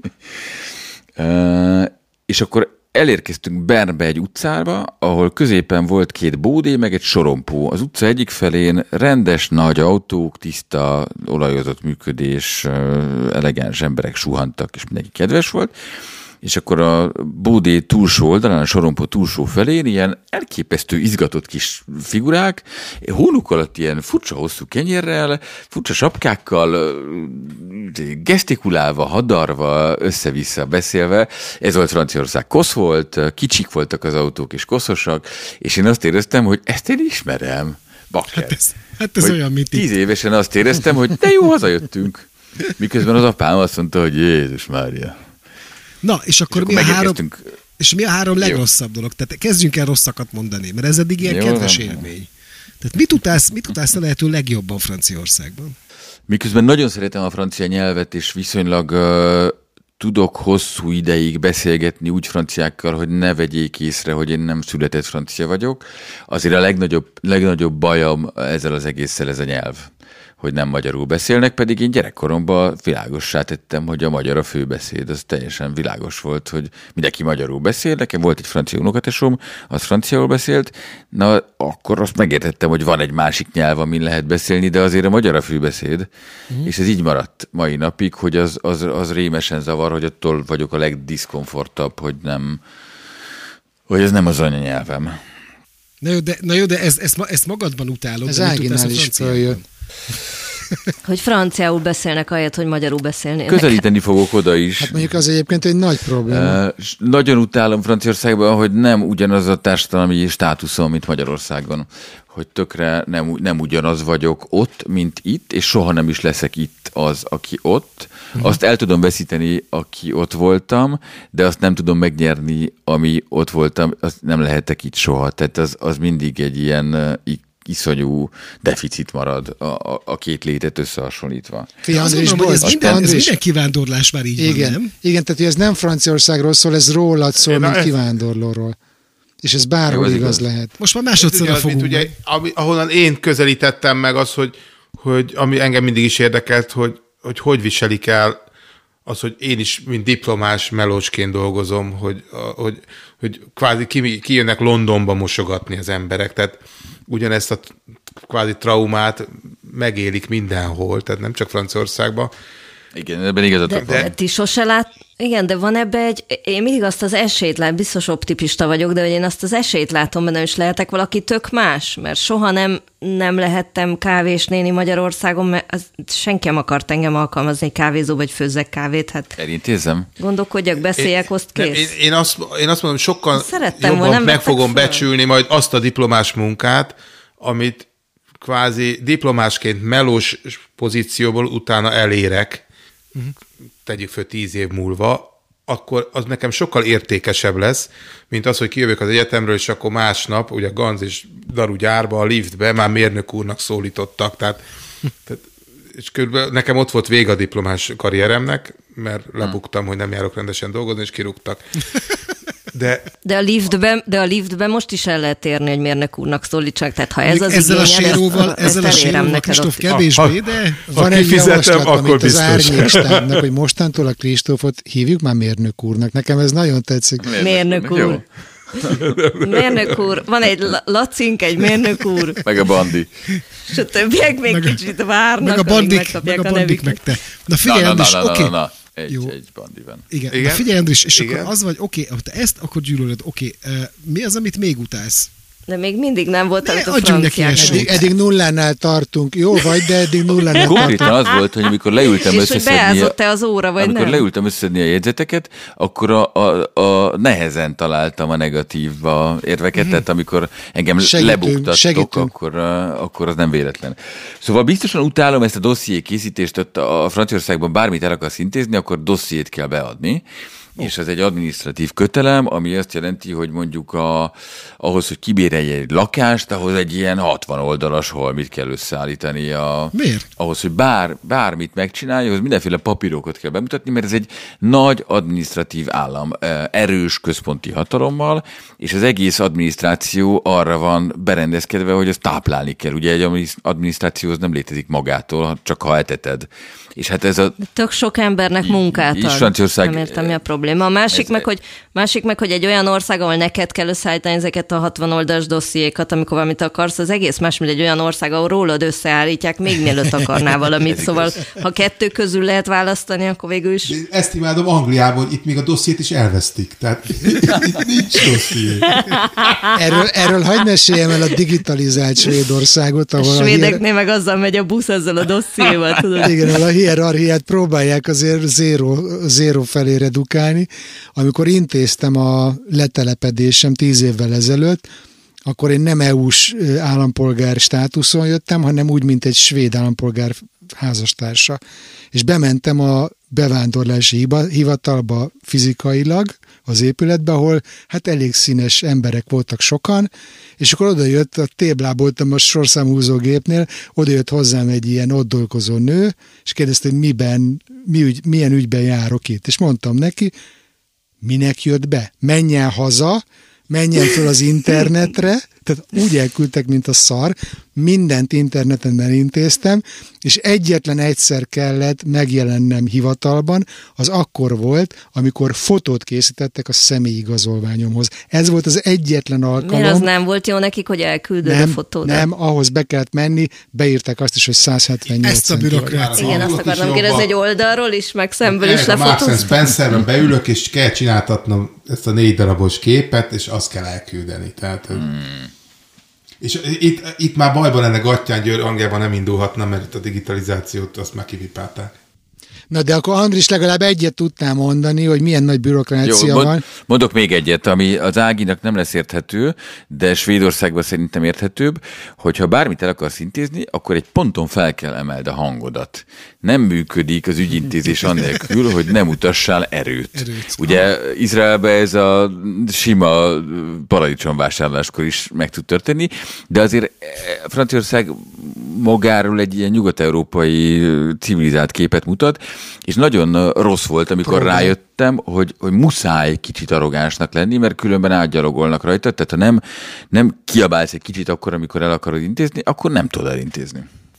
És akkor elérkeztünk Bernbe egy utcába, ahol középen volt 2 bódé, meg egy sorompó. Az utca egyik felén rendes, nagy autók, tiszta, olajozott működés, elegáns emberek suhantak, és mindenki kedves volt. És akkor a bódé túlsó oldalán, a sorompó túlsó felén ilyen elképesztő izgatott kis figurák, hónuk alatt ilyen furcsa hosszú kenyérrel, furcsa sapkákkal, gesztikulálva, hadarva, össze-vissza beszélve. Ez volt Franciaország. Kosz volt, kicsik voltak az autók és koszosak, és én azt éreztem, hogy ezt én ismerem. Bakker. Hát ez olyan, mint 10 évesen azt éreztem, hogy de jó, hazajöttünk. Miközben az apám azt mondta, hogy Jézus Mária. Na, és akkor mi a három legrosszabb dolog? Tehát kezdjünk el rosszakat mondani, mert ez eddig ilyen kedves élmény. Tehát mit utálsz a lehető legjobban Franciaországban? Miközben nagyon szeretem a francia nyelvet, és viszonylag tudok hosszú ideig beszélgetni úgy franciákkal, hogy ne vegyék észre, hogy én nem született francia vagyok. Azért a legnagyobb bajom ezzel az egésszel ez a nyelv, hogy nem magyarul beszélnek, pedig én gyerekkoromban világossá tettem, hogy a magyar a főbeszéd. Az teljesen világos volt, hogy mindenki magyarul beszél. Nekem volt egy francia unokatesom, az franciául beszélt. Na, akkor azt megértettem, hogy van egy másik nyelv, amin lehet beszélni, de azért a magyar a főbeszéd. És ez így maradt mai napig, hogy az rémesen zavar, hogy attól vagyok a legdiszkomfortabb, hogy ez nem az anyanyelvem. Na jó, de ezt magadban utálod. Ez Áginál is följön. Hogy franciául beszélnek, ahelyett, hogy magyarul beszélnének. Közelíteni fogok oda is. Hát mondjuk az egyébként egy nagy probléma. Nagyon utálom Franciaországban, hogy nem ugyanaz a társadalmi státuszom, mint Magyarországon. Hogy tökre nem ugyanaz vagyok ott, mint itt, és soha nem is leszek itt az, aki ott. Azt el tudom veszíteni, aki ott voltam, de azt nem tudom megnyerni, ami ott voltam, azt nem lehetek itt soha. Tehát az mindig egy ilyen iszonyú deficit marad a két létet összehasonlítva. Ez minden kivándorlás már így van, nem? Igen, tehát ez nem Franciaországról szól, ez rólad szól, mint kivándorlóról. És ez bárhol igaz lehet. Most már másodszorra fogunk. Ugye, ahonnan én közelítettem meg az, hogy ami engem mindig is érdekelt, hogy viselik el az, hogy én is, mint diplomás melósként dolgozom, hogy kvázi kijönnek Londonba mosogatni az emberek. Tehát ugyanezt a kvázi traumát megélik mindenhol, tehát nem csak Franciaországban. Igen, ebben igazatok van. Ti sose igen, de van ebbe én mindig azt az esélyt látom, biztos optimista vagyok, de hogy én azt az esélyt látom benne, és lehetek valaki tök más, mert soha nem lehettem kávésnéni Magyarországon, mert senki nem akart engem alkalmazni kávézóba, vagy főzzek kávét. Hát elintézem. Gondolkodjak, beszéljek, azt kész. Én azt mondom, sokkal jobban meg fogom becsülni majd azt a diplomás munkát, amit kvázi diplomásként melós pozícióból utána elérek, tegyük föl 10 év múlva, akkor az nekem sokkal értékesebb lesz, mint az, hogy kijövök az egyetemről, és akkor másnap, ugye Ganz és Daru gyárba, a liftbe már mérnök úrnak szólítottak, tehát és körülbelül nekem ott volt vége a diplomás karrieremnek, mert lebuktam, hogy nem járok rendesen dolgozni, és kirúgtak. De a liftben most is el lehet érni, hogy mérnök úrnak szólítsak, tehát ha ez az ezzel a séróval, Kristóf, kevésbé, de van egy javaslat, amit az Árnyékstárnak, hogy mostantól a Kristófot hívjuk már mérnök úrnak. Nekem ez nagyon tetszik. Mérnök úr. Mérnök úr, van egy Lacink, egy mérnök úr. Meg a Bandi. És a többiek még kicsit várnak, amíg megkapják a nevüket. Na figyelj, Andris, oké. Egy Bandi van. Igen. Na figyelj, Andris, és akkor az vagy, oké, ha te ezt akkor gyűlölöd, oké. Mi az, amit még utálsz? De még mindig nem volt, amit a adjunk neki franciák. Eddig nullánál tartunk. Jó vagy, de eddig nullánál Konkrétan tartunk. az volt, hogy amikor leültem És hogy összeszedni... beázott-e az óra, vagy amikor nem? leültem összeszedni a jegyzeteket, akkor a nehezen találtam a negatív érveket, tehát amikor engem lebuktattok, akkor az nem véletlen. Szóval biztosan utálom ezt a dosszié készítést, a Franciaországban bármit el akarsz intézni, akkor dossziét kell beadni. És ez egy adminisztratív kötelem, ami azt jelenti, hogy mondjuk ahhoz, hogy kibérelj egy lakást, ahhoz egy ilyen 60 oldalas holmit kell összeállítani. Miért? Ahhoz, hogy bármit megcsinálj, ahhoz mindenféle papírokat kell bemutatni, mert ez egy nagy adminisztratív állam, erős központi hatalommal, és az egész adminisztráció arra van berendezkedve, hogy azt táplálni kell. Ugye egy adminisztráció az nem létezik magától, csak ha eteted. És hát ez tök sok embernek munkát ad. Franciaország... Nem értem, mi a probléma. A másik meg, hogy egy olyan ország, ahol neked kell összeállítani ezeket a 60 oldalas dossziékat, amikor valamit akarsz, az egész más, mint egy olyan ország, ahol rólad összeállítják, még mielőtt akarnál valamit. Szóval, ha kettő közül lehet választani, akkor végül is... Ezt imádom Angliában, itt még a dossziét is elvesztik. Tehát itt nincs dosszié. Erről hagyd meséljem el a digitalizált Svédországot, ahol a svédeknél meg azzal megy a busz ezzel a dossziéval, tudod? Igen, a hierarchiát próbálják azért zéro felé redukálni. Amikor intéztem a letelepedésem 10 évvel ezelőtt, akkor én nem EU-s állampolgár státuszon jöttem, hanem úgy, mint egy svéd állampolgár házastársa. És bementem a bevándorlási hivatalba fizikailag, az épületbe, ahol hát elég színes emberek voltak sokan, és akkor odajött, a tébláboltam a sorszámhúzógépnél, odajött hozzám egy ilyen ott dolgozó nő, és kérdezte, hogy milyen ügyben járok itt. És mondtam neki, minek jött be? Menjen haza, menjen fel az internetre, tehát úgy elküldtek, mint a szar, mindent interneten elintéztem, és egyetlen egyszer kellett megjelennem hivatalban, az akkor volt, amikor fotót készítettek a személyigazolványomhoz. Ez volt az egyetlen alkalom. Miért az nem volt jó nekik, hogy elküldöd a fotót? Nem, ahhoz be kellett menni, beírták azt is, hogy 178 Ezt a bürokrácia. Igen, azt akartam kérdezni egy oldalról is, meg szemből is lefotóztam. Marks & Spencerben beülök, és kell csináltatnom ezt a 4 darabos képet, és azt kell elküldeni. Tehát... És itt már bajban lenne Gattyán Győr, Angliában nem indulhatna, mert itt a digitalizációt azt már kivipálták. Na de akkor Andris legalább egyet tudnál mondani, hogy milyen nagy bürokrácia van. Mondok még egyet, ami az Áginak nem lesz érthető, de Svédországban szerintem érthetőbb, hogyha bármit el akarsz intézni, akkor egy ponton fel kell emeld a hangodat. Nem működik az ügyintézés annélkül, hogy nem utassál erőt. Ugye Izraelben ez a sima paradicsomvásárláskor is meg tud történni, de azért Franciaország magáról egy ilyen nyugat-európai civilizált képet mutat, és nagyon rossz volt, amikor rájöttem, hogy muszáj kicsit arrogánsnak lenni, mert különben átgyalogolnak rajta, tehát ha nem kiabálsz egy kicsit akkor, amikor el akarod intézni, akkor nem tudod elintézni.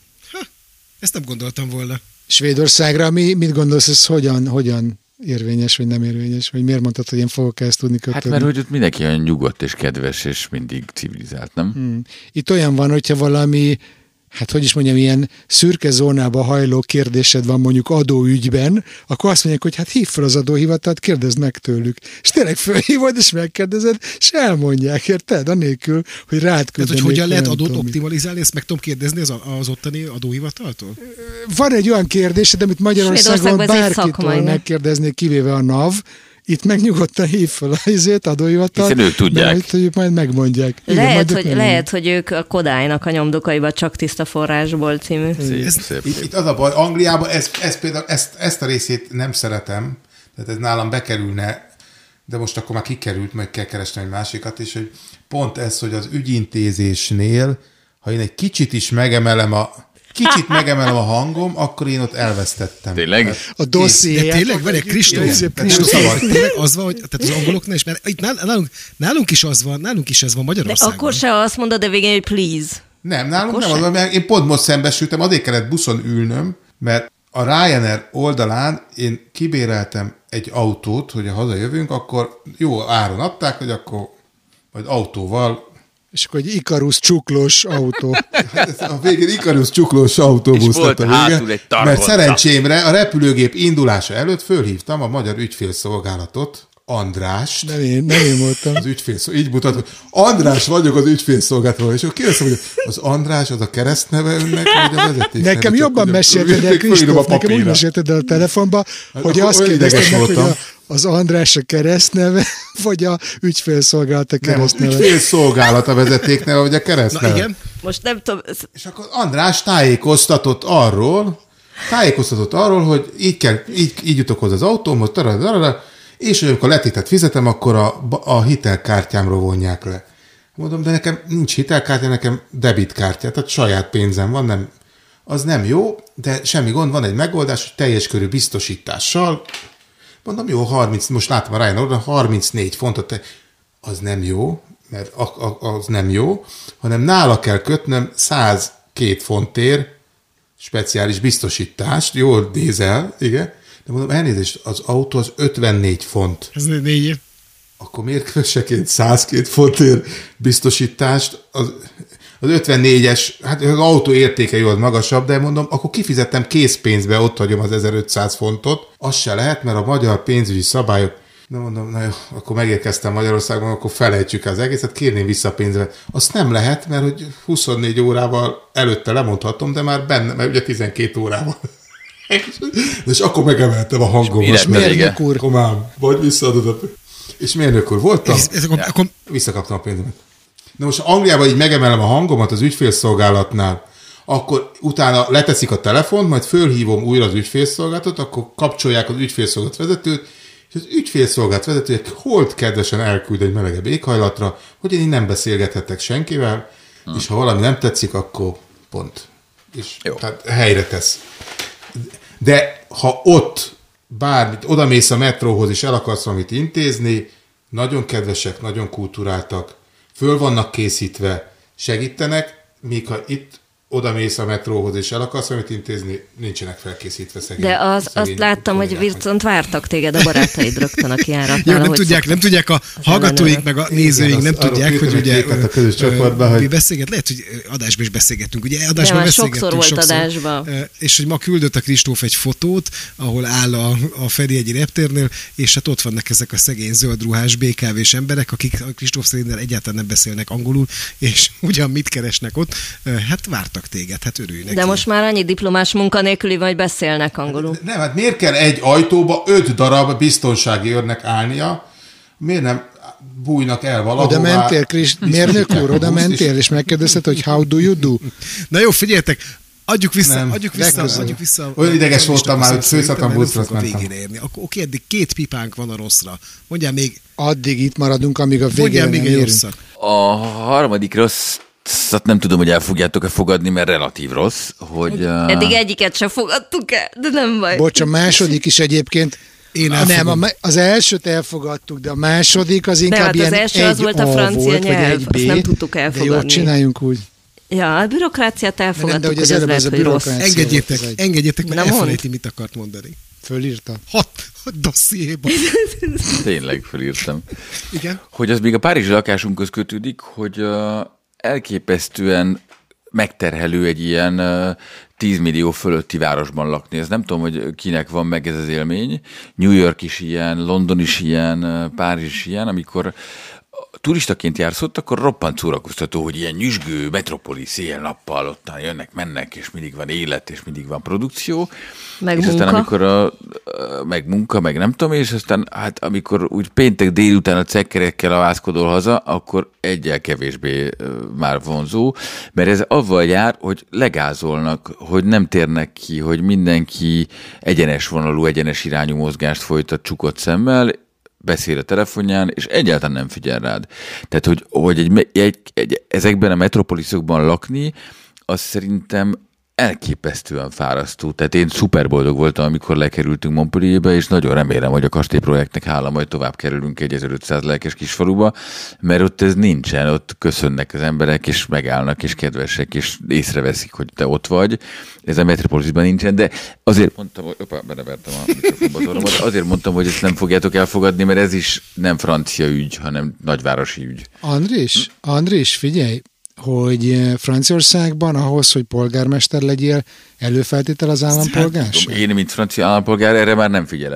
Ezt nem gondoltam volna. Svédországra mit gondolsz, ez hogyan érvényes, vagy nem érvényes? Vagy miért mondtad, hogy én fogok ezt tudni kötődni? Hát mert hogy ott mindenki olyan nyugodt és kedves, és mindig civilizált, nem? Itt olyan van, hogyha valami, hát hogy is mondjam, ilyen szürke zónába hajló kérdésed van mondjuk adóügyben, akkor azt mondják, hogy hát hívd fel az adóhivatalt, kérdezd meg tőlük. És tényleg fölhívod, és megkérdezed, és elmondják, érted? Anélkül, hogy rád küldenék. Tehát, hogy hogyan lehet adót optimalizálni, ezt meg tudom kérdezni az ottani adóhivataltól? Van egy olyan kérdés, amit Magyarországon bárkitől megkérdeznék, kivéve a NAV, itt meg nyugodtan hív fel az adóhivatal. Hiszen ők tudják. Hogy majd megmondják. Lehet, hogy ők a Kodálynak a nyomdokaiba csak tiszta forrásból című. Itt az a baj, Angliában például ezt a részét nem szeretem, tehát ez nálam bekerülne, de most akkor már kikerült, meg kell keresni egy másikat is, hogy pont ez, hogy az ügyintézésnél, ha én egy kicsit is megemelem a hangom, akkor én ott elvesztettem. Tényleg? A dosszié. De tényleg, várj, Kristóf, tényleg az van, hogy tehát az angoloknál is, mert itt nálunk is az van, ez van Magyarországon. De akkor se azt mondod, de végén, hogy please. Nem, nálunk nem az van, mert én pont most szembesültem, azért kellett buszon ülnöm, mert a Ryanair oldalán én kibéreltem egy autót, hogy ha hazajövünk, akkor jó áron adták, hogy akkor majd autóval. És akkor egy Ikarus csuklós autó. A végén Ikarus csuklós autóbusz lett a vége, mert szerencsémre a repülőgép indulása előtt fölhívtam a magyar ügyfélszolgálatot, Andrást. Nem én voltam. Az így mutat, András vagyok az ügyfélszolgálatról, és akkor kérdeztem, hogy az András az a keresztneve önnek, vagy a vezeték? Nekem jobban mesélted el, Kristóf, nekem úgy mesélted el a telefonba, hogy azt kérdeztem meg, hogy az András a keresztneve, vagy a ügyfélszolgálat a keresztneve. Nem, az ügyfélszolgálat a vezetékneve, vagy a keresztneve. Na igen. Most nem tudom. És akkor András tájékoztatott arról, hogy így jutok hozzá az autómhoz, és hogy amikor letétet fizetem, akkor a hitelkártyámról vonják le. Mondom, de nekem nincs hitelkártya, nekem debitkártya, tehát saját pénzem van, az nem jó, de semmi gond, van egy megoldás, hogy teljes körű biztosítással. Mondom, jó, most látom a Ryanair, 34 fontot, az nem jó, mert az nem jó, hanem nála kell kötnöm 102 fontért speciális biztosítást, jól nézel, igen, de mondom, elnézést, az autó az 54 font. Ez 4 Akkor miért kössek én 102 fontért biztosítást? Az 54-es, hát az autó értéke jóval magasabb, de mondom, akkor kifizettem készpénzbe, ott hagyom az 1500 fontot. Az se lehet, mert a magyar pénzügyi szabályok, na mondom, na jó, akkor megérkeztem Magyarországon, akkor felejtsük el az egészet, kérném vissza a pénzbe. Azt nem lehet, mert hogy 24 órával előtte lemondhatom, de már benne, mert ugye 12 órával. És akkor megemeltem a hangomat. Mérnök úr. Komám, vagy visszaadod a... És mérnök úr voltam? Akkor visszakaptam a pénzemet. De most Angliában így megemelem a hangomat az ügyfélszolgálatnál, akkor utána leteszik a telefont, majd fölhívom újra az ügyfélszolgálatot, akkor kapcsolják az ügyfélszolgálat vezetőt, és az ügyfélszolgálat vezetője holt kedvesen elküld egy melegebb éghajlatra, hogy én nem beszélgethetek senkivel, és ha valami nem tetszik, akkor pont. És tehát helyre tesz. De ha ott bármit, odamész a metróhoz, és el akarsz valamit intézni, nagyon kedvesek, nagyon kulturáltak, föl vannak készítve, segítenek, míg ha itt odamész a metróhoz, és el akarsz valamit intézni, nincsenek felkészítve szegény. De azt láttam, hogy viszont vártak téged a barátaid rögtön a kijáratnál. Nem tudják a hallgatóink, meg a nézőink nem tudják, hogy ugye a közös csoportban, hogy... mi beszélget, lehet, hogy adásban is beszélgettünk, ugye adásban beszélgettünk sokszor. Volt adásban. És hogy ma küldött a Kristóf egy fotót, ahol áll a Ferihegyi reptérnél, és hát ott vannak ezek a szegény zöldruhás BKV-s emberek, akik a Kristóf szerint egyáltalán nem beszélnek angolul, és ugyan mit keresnek ott, hát vártak téged, hát örülj neki. De most már annyi diplomás munkanélküli vagy, beszélnek angolul. Nem, hát miért kell egy ajtóba 5 darab biztonsági őrnek állnia? Miért nem bújnak el valahová? Oda mentél, mérnök úr, oda mentél, és megkérdezted, hogy how do you do? Na jó, figyeljetek, adjuk vissza. Olyan ideges voltam már, hogy főszakam buszra mentem. Akkor oké, eddig 2 pipánk van a rosszra. Mondjál még... Addig itt maradunk, amíg a végére nem érünk. A harmadik rossz, nem tudom, hogy el fogjátok-e fogadni, mert relatív rossz, hogy... Eddig egyiket sem fogadtuk el, de nem baj. Bocs, a második is egyébként... Az elsőt elfogadtuk, de a második az inkább ilyen az első az volt a francia nyelv, azt nem tudtuk elfogadni. De jó, csináljunk úgy. Ja, a bürokráciát elfogadtuk, hogy ez lehet, hogy rossz. Engedjétek, mert elfelejti, mit akart mondani. Fölírta? 6 dossziéban. Tényleg fölírtam. Igen. Hogy az még a párizsi lakásunkhoz kötődik, hogy elképesztően megterhelő egy ilyen 10 millió fölötti városban lakni. Ez nem tudom, hogy kinek van meg ez az élmény. New York is ilyen, London is ilyen, Párizs is ilyen, amikor turistaként jársz ott, akkor roppant szórakoztató, hogy ilyen nyüzsgő metropolis éjjel-nappal ottan jönnek, mennek, és mindig van élet, és mindig van produkció. Meg és munka. Aztán amikor meg munka, meg nem tudom, és aztán hát amikor úgy péntek délután a cekkerekkel avászkodol haza, akkor egyel kevésbé már vonzó, mert ez avval jár, hogy legázolnak, hogy nem térnek ki, hogy mindenki egyenes vonalú, egyenes irányú mozgást folytat csukott szemmel, beszél a telefonján, és egyáltalán nem figyel rád. Tehát, hogy ezekben a metropoliszokban lakni, az szerintem elképesztően fárasztó. Tehát én szuper boldog voltam, amikor lekerültünk Montpellierbe, és nagyon remélem, hogy a kastélyprojektnek hála majd tovább kerülünk egy 1500 lelkes kisfaluba, mert ott ez nincsen, ott köszönnek az emberek, és megállnak, és kedvesek, és észreveszik, hogy te ott vagy. Ez a metropolisban nincsen, de azért mondtam, hogy belevertem a mikrofonba az orromat, azért mondtam, hogy ezt nem fogjátok elfogadni, mert ez is nem francia ügy, hanem nagyvárosi ügy. Andris, figyelj! Hogy Franciaországban ahhoz, hogy polgármester legyél, előfeltétel az állampolgárság? Én, mint francia állampolgár, erre már nem figyelek.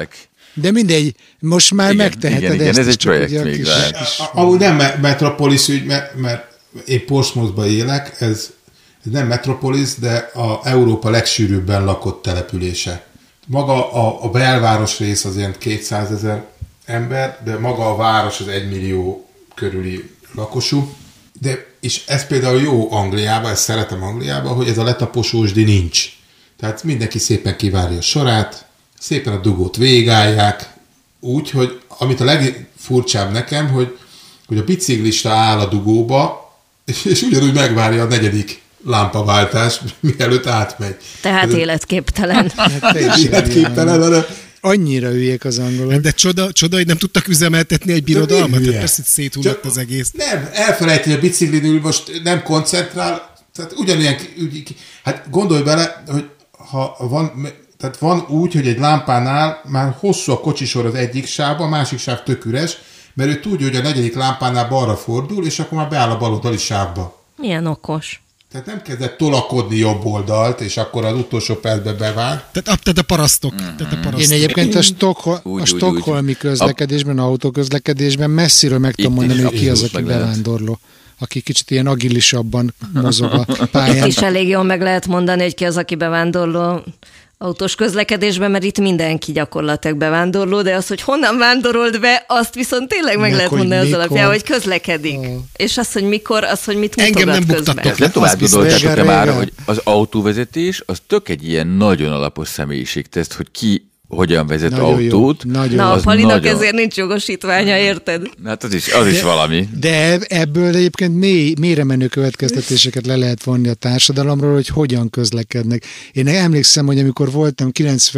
De mindegy, most már megteheted igen, ezt. ez egy csak projekt ugye a még kis- lehet. Ahol nem metropolis ügy, mert én Portsmouthban élek, ez nem metropolis, de a Európa legsűrűbben lakott települése. Maga a belváros rész az ilyen 200 000 ember, de maga a város az 1 millió körüli lakosú. És ez például jó Angliában, ezt szeretem Angliában, hogy ez a letaposósdi nincs. Tehát mindenki szépen kivárja a sorát, szépen a dugót végigállják, úgy, hogy amit a legfurcsább nekem, hogy a biciklista áll a dugóba, és ugyanúgy megvárja a 4. lámpaváltás, mielőtt átmegy. Tehát életképtelen. Életképtelen, de Annyira hülyék az angolok. De csoda, hogy nem tudtak üzemeltetni egy birodalmat? hülye? Tehát persze széthullott az egész. Nem, elfelejti, hogy a biciklin ül, most nem koncentrál, tehát ugyanilyen, hát gondolj bele, hogy ha van úgy, hogy egy lámpánál már hosszú a kocsisor az egyik sávba, a másik sáv tök üres, mert ő tudja, hogy a 4. lámpánál balra fordul, és akkor már beáll a baloldali sávba. Milyen okos. Tehát nem kezdett tolakodni jobb oldalt, és akkor az utolsó percben bevág. Tehát a parasztok. Tehát a parasztok. Én egyébként a stockholmi közlekedésben, autóközlekedésben messziről meg tudom mondani, hogy ki az, aki bevándorló, aki kicsit ilyen agilisabban mozog a pályán. Itt is elég jól meg lehet mondani, hogy ki az, aki bevándorló autós közlekedésben, mert itt mindenki gyakorlatilag bevándorló, de az, hogy honnan vándorolt be, azt viszont tényleg meg lehet mondani az alapján, hogy közlekedik. És az, hogy mikor, az, hogy mit mutogat Engem nem közben. buktattok. Nem tovább gondoltátok-e már, régen. hogy az autóvezetés az tök egy ilyen nagyon alapos személyiségteszt, hogy ki hogyan vezet Nagyon jó, autót. nagyon Na, a az Palinak nagyon- ezért nincs jogosítványa, érted? Hát az is valami. De ebből egyébként mélyre menő következtetéseket le lehet vonni a társadalomról, hogy hogyan közlekednek. Én emlékszem, hogy amikor voltam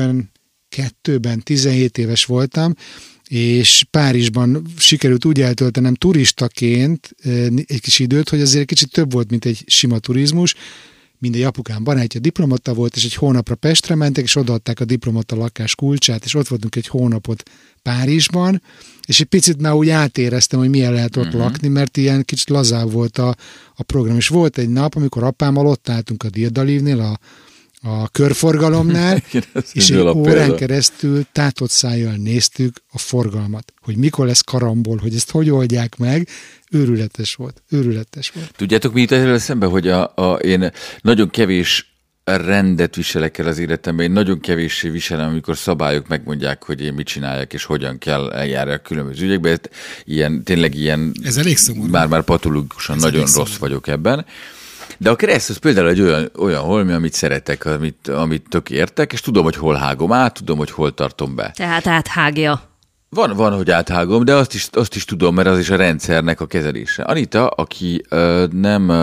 92-ben, 17 éves voltam, és Párizsban sikerült úgy eltöltenem turistaként egy kis időt, hogy azért kicsit több volt, mint egy sima turizmus. Mindegy apukám barátja diplomata volt, és egy hónapra Pestre mentek, és odaadták a diplomata lakás kulcsát, és ott voltunk egy hónapot Párizsban, és egy picit már úgy átéreztem, hogy milyen lehet ott lakni, mert ilyen kicsit lazább volt a program. És volt egy nap, amikor apámmal ott álltunk a Dirdalívnél, a körforgalomnál, és egy órán keresztül tátott szájjal néztük a forgalmat, hogy mikor lesz karambol, hogy ezt hogy oldják meg. Őrületes volt. Tudjátok, mi itt ezzel szemben, hogy én nagyon kevés rendet viselek el az életemben, én nagyon kevéssé viselem, amikor szabályok megmondják, hogy én mit csináljak, és hogyan kell eljárni a különböző ügyekbe. Tényleg ilyen, Ez elég szomorú. már patológikusan nagyon rossz vagyok ebben. De a kereszt az például egy olyan holmi, amit szeretek, amit tök értek, és tudom, hogy hol hágom át, tudom, hogy hol tartom be. Tehát áthágja. Van, hogy áthágom, de azt is tudom, mert az is a rendszernek a kezelése. Anita, aki nem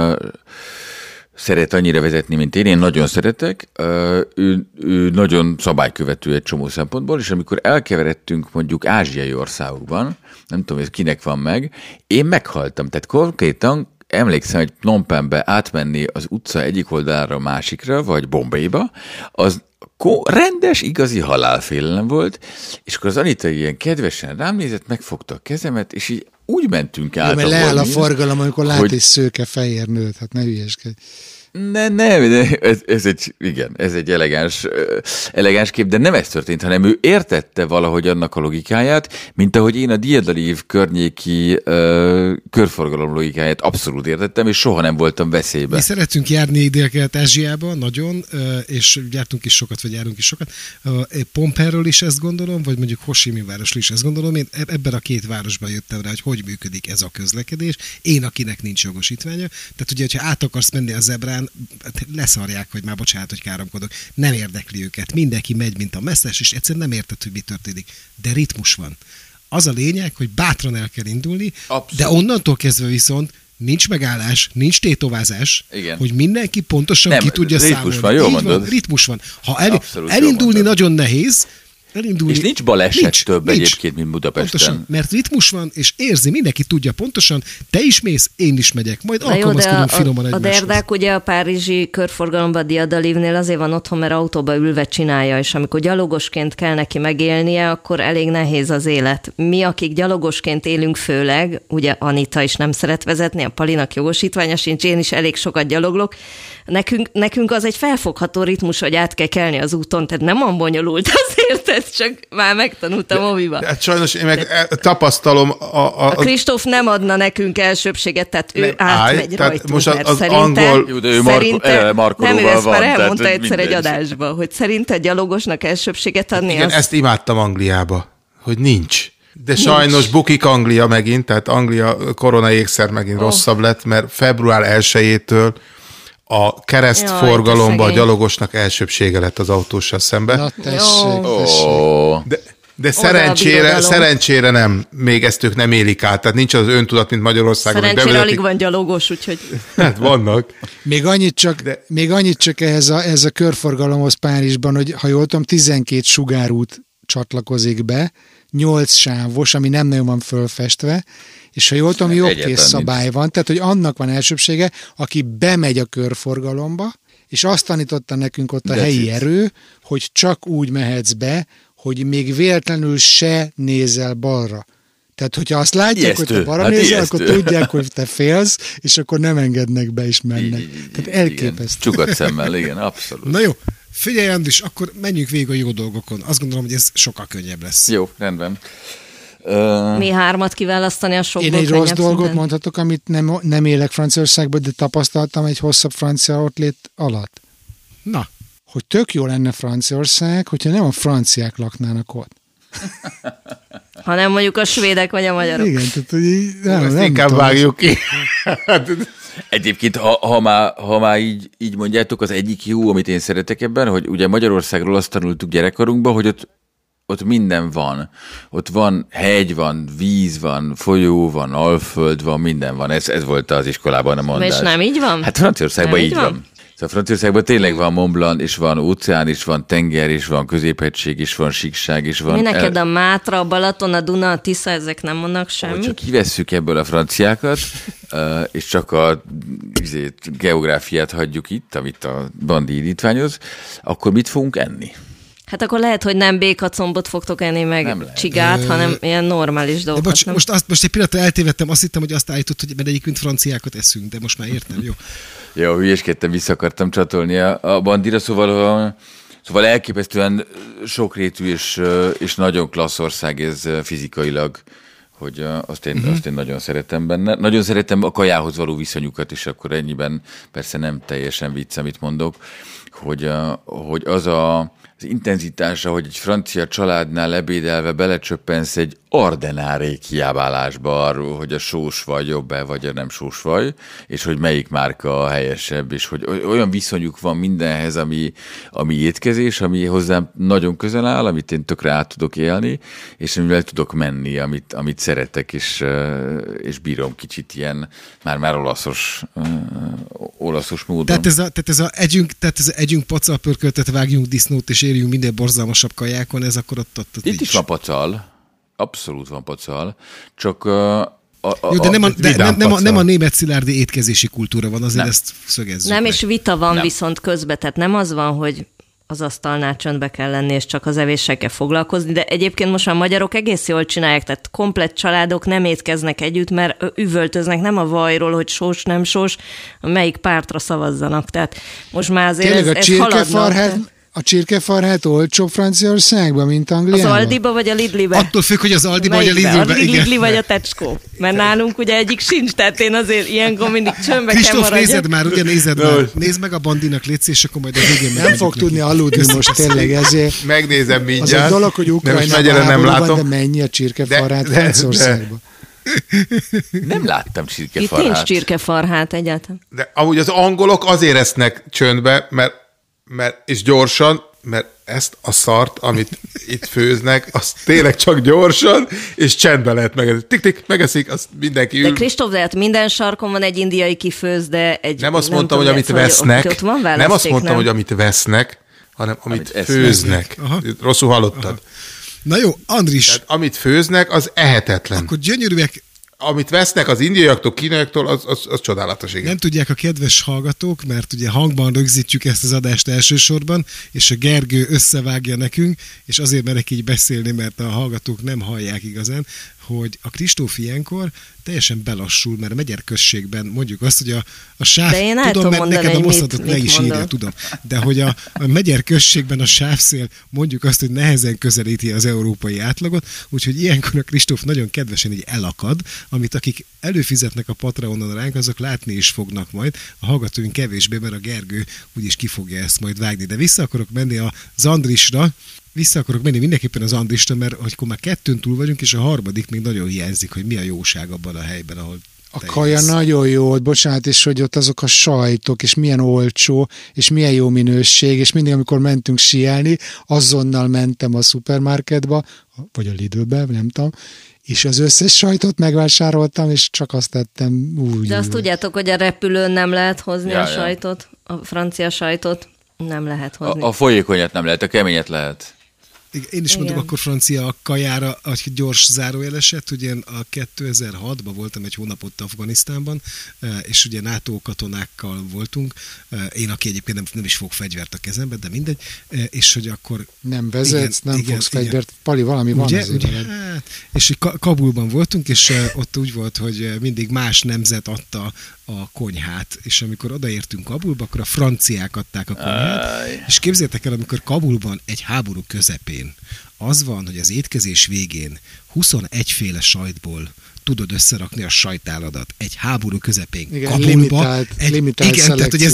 szeret annyira vezetni, mint én nagyon szeretek, ő nagyon szabálykövető egy csomó szempontból, és amikor elkeveredtünk mondjuk ázsiai országokban, nem tudom, ez kinek van meg, én meghaltam. Tehát konkrétan emlékszem, hogy Phnom Penhbe átmenni az utca egyik oldalára a másikra, vagy Bombayba, az rendes, igazi halálfélelem volt, és akkor az Anita ilyen kedvesen rám nézett, megfogta a kezemet, és így úgy mentünk át. Mert leáll a forgalom, amikor lát egy szőke fehér nőt, hát ne hülyeskedj. Nem, ez egy elegáns kép, de nem ez történt, hanem ő értette valahogy annak a logikáját, mint ahogy én a Dirdalív környéki körforgalom logikáját abszolút értettem, és soha nem voltam veszélyben. Mi szeretünk járni Dél-Kelet-Ázsiába, nagyon, és jártunk is sokat, vagy járunk is sokat. Pompeiről is ezt gondolom, vagy mondjuk Ho Chi Minh városról is ezt gondolom. Én ebben a két városban jöttem rá, hogy működik ez a közlekedés. Én, akinek nincs jogosítványa. Tehát ugye, hogyha át akarsz menni a zebrán, leszarják, hogy már bocsánat, hogy káromkodok. Nem érdekli őket. Mindenki megy, mint a messzes, és egyszerűen nem érted, hogy mi történik. De ritmus van. Az a lényeg, hogy bátran el kell indulni, abszolút. De onnantól kezdve viszont nincs megállás, nincs tétovázás, igen. Hogy mindenki pontosan ki tudja számolni. Van, jól mondod. Ritmus van. Ha elindulni nagyon nehéz, és nincs baleset több egyébként, mint Budapesten. Pontosan, mert ritmus van, és érzi, mindenki tudja pontosan, te is mész, én is megyek, majd alkalmazkodunk finoman egymáshoz. A Derdák ugye a párizsi körforgalomban Diadalívnél azért van otthon, mert autóba ülve csinálja, és amikor gyalogosként kell neki megélnie, akkor elég nehéz az élet. Mi, akik gyalogosként élünk főleg, ugye Anita is nem szeret vezetni, a Palinak jogosítványa sincs, én is elég sokat gyaloglok, nekünk az egy felfogható ritmus, hogy át kell kelni az úton, tehát nem olyan bonyolult, az érted? ezt csak már megtanultam moviba. Hát sajnos én meg tapasztalom a Kristóf nem adna nekünk elsőbséget, tehát ő átmegy rajtunk, most mert az szerintem... angol... Jó, de ő nem, ő ezt már elmondta tehát, egyszer egy adásba, hogy szerinted gyalogosnak elsőbséget adni. Igen, ezt imádtam Angliába, hogy nincs. De sajnos bukik Anglia megint, tehát Anglia koronaékszer megint rosszabb lett, mert február 1-től a keresztforgalomban a gyalogosnak elsőbbsége lett az autóssal szemben. Na tessék. De szerencsére nem, még ezt ők nem élik át, tehát nincs az öntudat, mint Magyarországon. Szerencsére alig van gyalogos, úgyhogy... Hát vannak. Még annyit csak ehhez a körforgalomhoz Párizsban, hogy ha jól tudom, 12 sugárút csatlakozik be, 8 sávos, ami nem nagyon van fölfestve, és ha jól tudom, jobbkész szabály van, tehát hogy annak van elsőbsége, aki bemegy a körforgalomba, és azt tanította nekünk ott a helyi erő, hogy csak úgy mehetsz be, hogy még véletlenül se nézel balra. Tehát, hogyha azt látják, ijesztő, hogy te balra nézel, akkor tudják, hogy te félsz, és akkor nem engednek be, és mennek. Tehát elképesztő. Csukat szemmel, igen, abszolút. Na jó, figyelj Andris, akkor menjünk végig a jó dolgokon. Azt gondolom, hogy ez sokkal könnyebb lesz. Jó, rendben. Mi 3 kiválasztani a sokból. Én egy rossz dolgot mondhatok, amit nem élek Franciaországban, de tapasztaltam egy hosszabb francia ottlét alatt. Na. Hogy tök jó lenne Franciaország, hogyha nem a franciák laknának ott. Hanem mondjuk a svédek vagy a magyarok. Igen, tehát hogy nem inkább vágjuk ki. Egyébként, ha már így mondjátok, az egyik jó, amit én szeretek ebben, hogy ugye Magyarországról azt tanultuk gyerekkorunkban, hogy ott minden van. Ott van hegy, van víz, van folyó, van alföld, van minden van. Ez volt az iskolában a mondás. És nem így van? Hát Franciaországban így van. Szóval Franciaországban tényleg van Mont Blanc, és van óceán, és van tenger, és van középhegység, és van síkság, és van... Mi neked a Mátra, a Balaton, a Duna, a Tisza, ezek nem mondnak semmit? Csak kivesszük ebből a franciákat, és csak a geográfiát hagyjuk itt, amit a Bandi indítványoz, akkor mit fogunk enni? Hát akkor lehet, hogy nem békacombot fogtok enni, meg csigát, hanem ilyen normális dolgokat. Most egy pillanatra eltévedtem, azt hittem, hogy azt állított, hogy egyébként franciákat eszünk, de most már értem, jó? Jó, hülyeskedtem, vissza akartam csatolni a Bandira, szóval elképesztően sokrétű és nagyon klassz ország ez fizikailag, hogy azt én nagyon szeretem benne. Nagyon szeretem a kajához való viszonyukat, és akkor ennyiben persze nem teljesen vicc, amit mondok, hogy az intenzitása, hogy egy francia családnál ebédelve belecsöppensz egy ardenári kiábálásba arról, hogy a sósvaj jobb-e, vagy a nem sósvaj, és hogy melyik márka a helyesebb, és hogy olyan viszonyuk van mindenhez, ami étkezés, ami hozzám nagyon közel áll, amit én tökre át tudok élni, és amivel tudok menni, amit szeretek, és bírom kicsit ilyen már olaszos módon. Tehát ez a együnk pacalpörköltet, vágjunk disznót, és érjünk minden borzalmasabb kajákon, ez akkor ott itt is van pacal. Abszolút van pacal, csak jó, de nem a német szilárdi étkezési kultúra van, azért ezt szögezzük nem, meg. És vita van viszont közben, tehát nem az van, hogy az asztalnál csöndbe kell lenni, és csak az evéssel kell foglalkozni, de egyébként most a magyarok egész jól csinálják, tehát komplett családok nem étkeznek együtt, mert üvöltöznek nem a vajról, hogy sós, nem sós, melyik pártra szavazzanak, tehát most már azért ez haladnak. A csirkefarhát olcsóbb Franciaországban, mint Angliában? Az Aldiba vagy a Lidlibe? Attól függ, hogy az Aldiba vagy a Lidlibe. A Lidli vagy a Tecskó. Mert nálunk ugye egyik sincs, tehát én azért ilyenkor mindig csömbbe kell maradjak. Kristóf, nézd már. Nézd meg a Bandinak, létsz, és akkor majd a végén nem fog tudni aludni most tényleg ezért. Megnézem mindjárt. Az egy dolog, hogy Ukrajnában háborúban, de mennyi a csirkefarhát Franciaországban. Nem láttam csirkefarhát. Itt nincs csirkefarhát egyáltalán. De amúgy az angolok azért esznek csöndbe, mert és gyorsan, mert ezt a szart, amit itt főznek, azt tényleg csak gyorsan, és csendben lehet megeszni. Tik-tik, megeszik, azt mindenki ül. De Kristóf, de hát minden sarkon van egy indiai kifőz, de egy... Nem azt mondtam, hogy amit vesznek, nem azt mondtam, hogy amit vesznek, hanem amit főznek. Rosszul hallottad. Aha. Na jó, Andris. Tehát amit főznek, az ehetetlen. Akkor gyönyörűek. Amit vesznek az indiaiaktól, kínaiaktól, az csodálatos, igen. Nem tudják a kedves hallgatók, mert ugye hangban rögzítjük ezt az adást elsősorban, és a Gergő összevágja nekünk, és azért merek így beszélni, mert a hallgatók nem hallják igazán, hogy a Kristóf ilyenkor teljesen belassul, mert a Megyer községben mondjuk azt, hogy a sáv... De én el tudom, mert mondani, neked a mit Mossadot le is mondod. írja, tudom. De hogy a Megyer községben a sávszél mondjuk azt, hogy nehezen közelíti az európai átlagot, úgyhogy ilyenkor a Kristóf nagyon kedvesen így elakad, amit akik előfizetnek a Patreonon ránk, azok látni is fognak majd. A hallgatóink kevésbé, mert a Gergő úgyis ki fogja ezt majd vágni. De vissza akarok menni az Andrisra, mindenképpen az Andrisra, mert akkor már 2-n túl vagyunk, és a harmadik még nagyon hiányzik, hogy mi a jóság abban a helyben, ahol a kaja nagyon jó volt, bocsánat, és hogy ott azok a sajtok, és milyen olcsó, és milyen jó minőség, és mindig, amikor mentünk síelni, azonnal mentem a szupermarketba, vagy a Lidlbe, nem tudom, és az összes sajtot megvásároltam, és csak azt tettem úgy. De azt tudjátok, hogy a repülőn nem lehet hozni a sajtot, a francia sajtot nem lehet hozni. A folyékonyat nem lehet, a keményet lehet. Én is mondok akkor francia kajára egy gyors zárójeleset, ugye a 2006-ban voltam egy hónapot Afganisztánban, és ugye NATO katonákkal voltunk, én aki egyébként nem is fog fegyvert a kezembe, de mindegy, és hogy akkor... Nem vezetsz, nem fogsz fegyvert, Pali, valami van azért. Hát, és Kabulban voltunk, és ott úgy volt, hogy mindig más nemzet adta a konyhát, és amikor odaértünk Kabulba, akkor a franciák adták a konyhát, és képzeljétek el, amikor Kabulban egy háború közepén az van, hogy az étkezés végén 21 féle sajtból tudod összerakni a sajtáladat egy háború közepén. Igen, Kabulba. Limitált igen, tehát hogy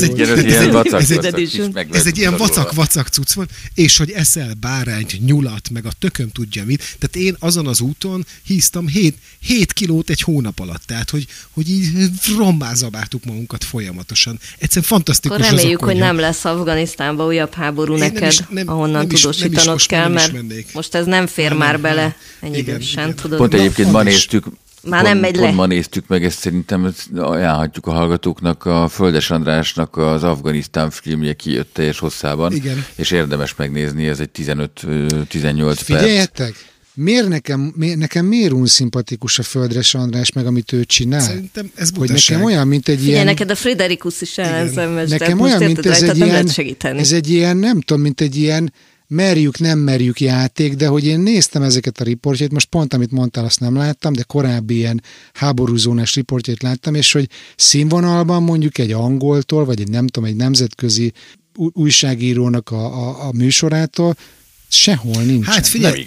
ez egy ilyen vacak cucc van, és hogy eszel bárányt, nyulat, meg a tököm tudja mit. Tehát én azon az úton híztam 7 kilót egy hónap alatt. Tehát, hogy így rommázabáltuk magunkat folyamatosan. Egyszerűen fantasztikus. Akkor reméljük, hogy nem lesz Afganisztánban újabb háború neked, ahonnan tudósítanod kell, mert most ez nem fér már bele ennyi idősen. Pont egyébként ma néztük, már nem megy le. Ma néztük meg, ezt szerintem ajánlhatjuk a hallgatóknak, a Földes Andrásnak az Afganisztán filmje kijött teljes hosszában, igen. És érdemes megnézni, ez egy 15-18 perc. Figyeljetek! Nekem miért unszimpatikus a Földres András, meg amit ő csinál? Szerintem ez hogy nekem olyan, mint egy ilyen... neked a Friderikus is ellenszenves, nekem olyan, mint ez egy ilyen, nem tudom, mint egy ilyen merjük, nem merjük játék, de hogy én néztem ezeket a riportjait, most pont amit mondtál, azt nem láttam, de korábbi ilyen háborúzónás riportjait láttam, és hogy színvonalban mondjuk egy angoltól, vagy egy nem tudom, egy nemzetközi újságírónak a műsorától sehol nincs. Hát figyelj,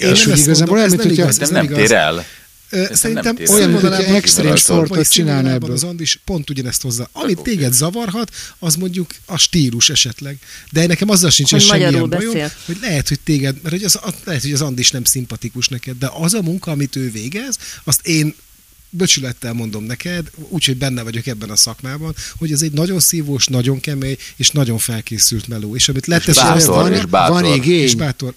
ez nem tér el. Szerintem olyan, mint hogy extrém sportot csinálna ebből. Az Andis pont ugyanezt hozzá. Amit téged zavarhat, az mondjuk a stílus esetleg. De nekem azzal sincs semmilyen bajom, hogy lehet, hogy téged, mert lehet, hogy az Andis nem szimpatikus neked, de az a munka, amit ő végez, azt én becsülettel mondom neked, úgyhogy benne vagyok ebben a szakmában, hogy ez egy nagyon szívós, nagyon kemény és nagyon felkészült meló. És amit van igény. És bátor.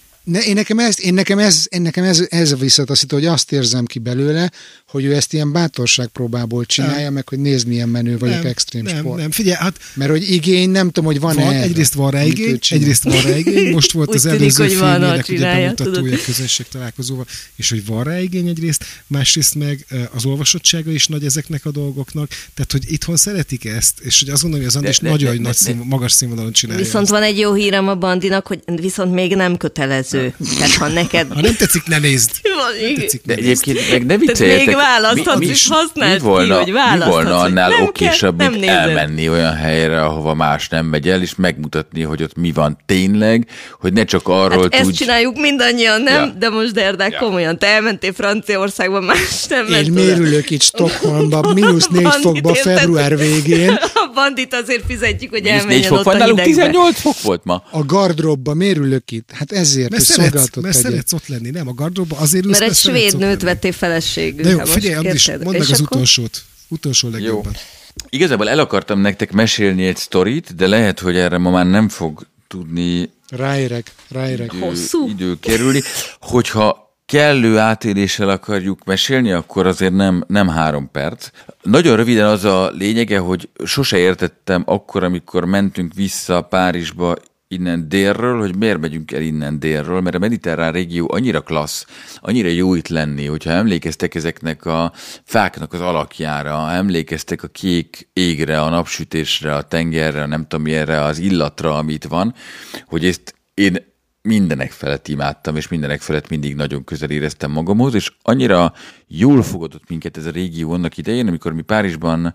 Nekem ez visszataszító, hogy azt érzem ki belőle, hogy ő ezt ilyen bátorságpróbából csinálja, meg hogy nézd, milyen menő vagyok, extrém sport. Nem, figyelj, hát... Mert hogy igény, nem tudom, hogy van-e. Egyrészt van rá igény, most volt az előző filmjének ugye bemutatója közönség találkozóval, és hogy van rá igény egyrészt, másrészt meg az olvasottsága is nagy ezeknek a dolgoknak, tehát hogy itthon szeretik ezt, és hogy azt gondolom, hogy az Andis nagyon magas színvonalon csinálja. Viszont van egy jó hírem a Bandinak, hogy viszont még nem kötelező. Tehát ha neked... Ha nem tetszik, ne nézd! De egyébként meg ne vicceljetek. Még választhatsz, és használd mi volna annál okésabb, mint elmenni olyan helyre, ahova más nem megy el, és megmutatni, hogy ott mi van tényleg, hogy ne csak arról tudj... Ezt csináljuk mindannyian, nem? Ja. De most Erdák, komolyan, te elmentél Franciaországba, más nem ment. Én mérülök itt Stockholmban, -4 fokba február végén. A Bandit azért fizetjük, hogy elmenjen ott a hidegbe. 18 fok volt ma. A gardróbba mérülök itt. Hát ezért, hogy szolgáltat mert szeretsz ott lenni, nem? A gardróbba azért ülsz, mert egy svéd nőt vettél feleségül. De jó, figyelj, Andris, mondd meg az utolsó legjobban. Igazából el akartam nektek mesélni egy sztorit, de lehet, hogy erre ma már nem fog tudni ráérek. Idő kerülni. Hogyha kellő átéléssel akarjuk mesélni, akkor azért nem 3 perc. Nagyon röviden az a lényege, hogy sose értettem akkor, amikor mentünk vissza Párizsba innen délről, hogy miért megyünk el innen délről, mert a mediterrán régió annyira klassz, annyira jó itt lenni, hogyha emlékeztek ezeknek a fáknak az alakjára, emlékeztek a kék égre, a napsütésre, a tengerre, nem tudom erre az illatra, amit van, hogy ezt én mindenek felett imádtam, és mindenek felett mindig nagyon közel éreztem magamhoz, és annyira jól fogadott minket ez a régió annak idején, amikor mi Párizsban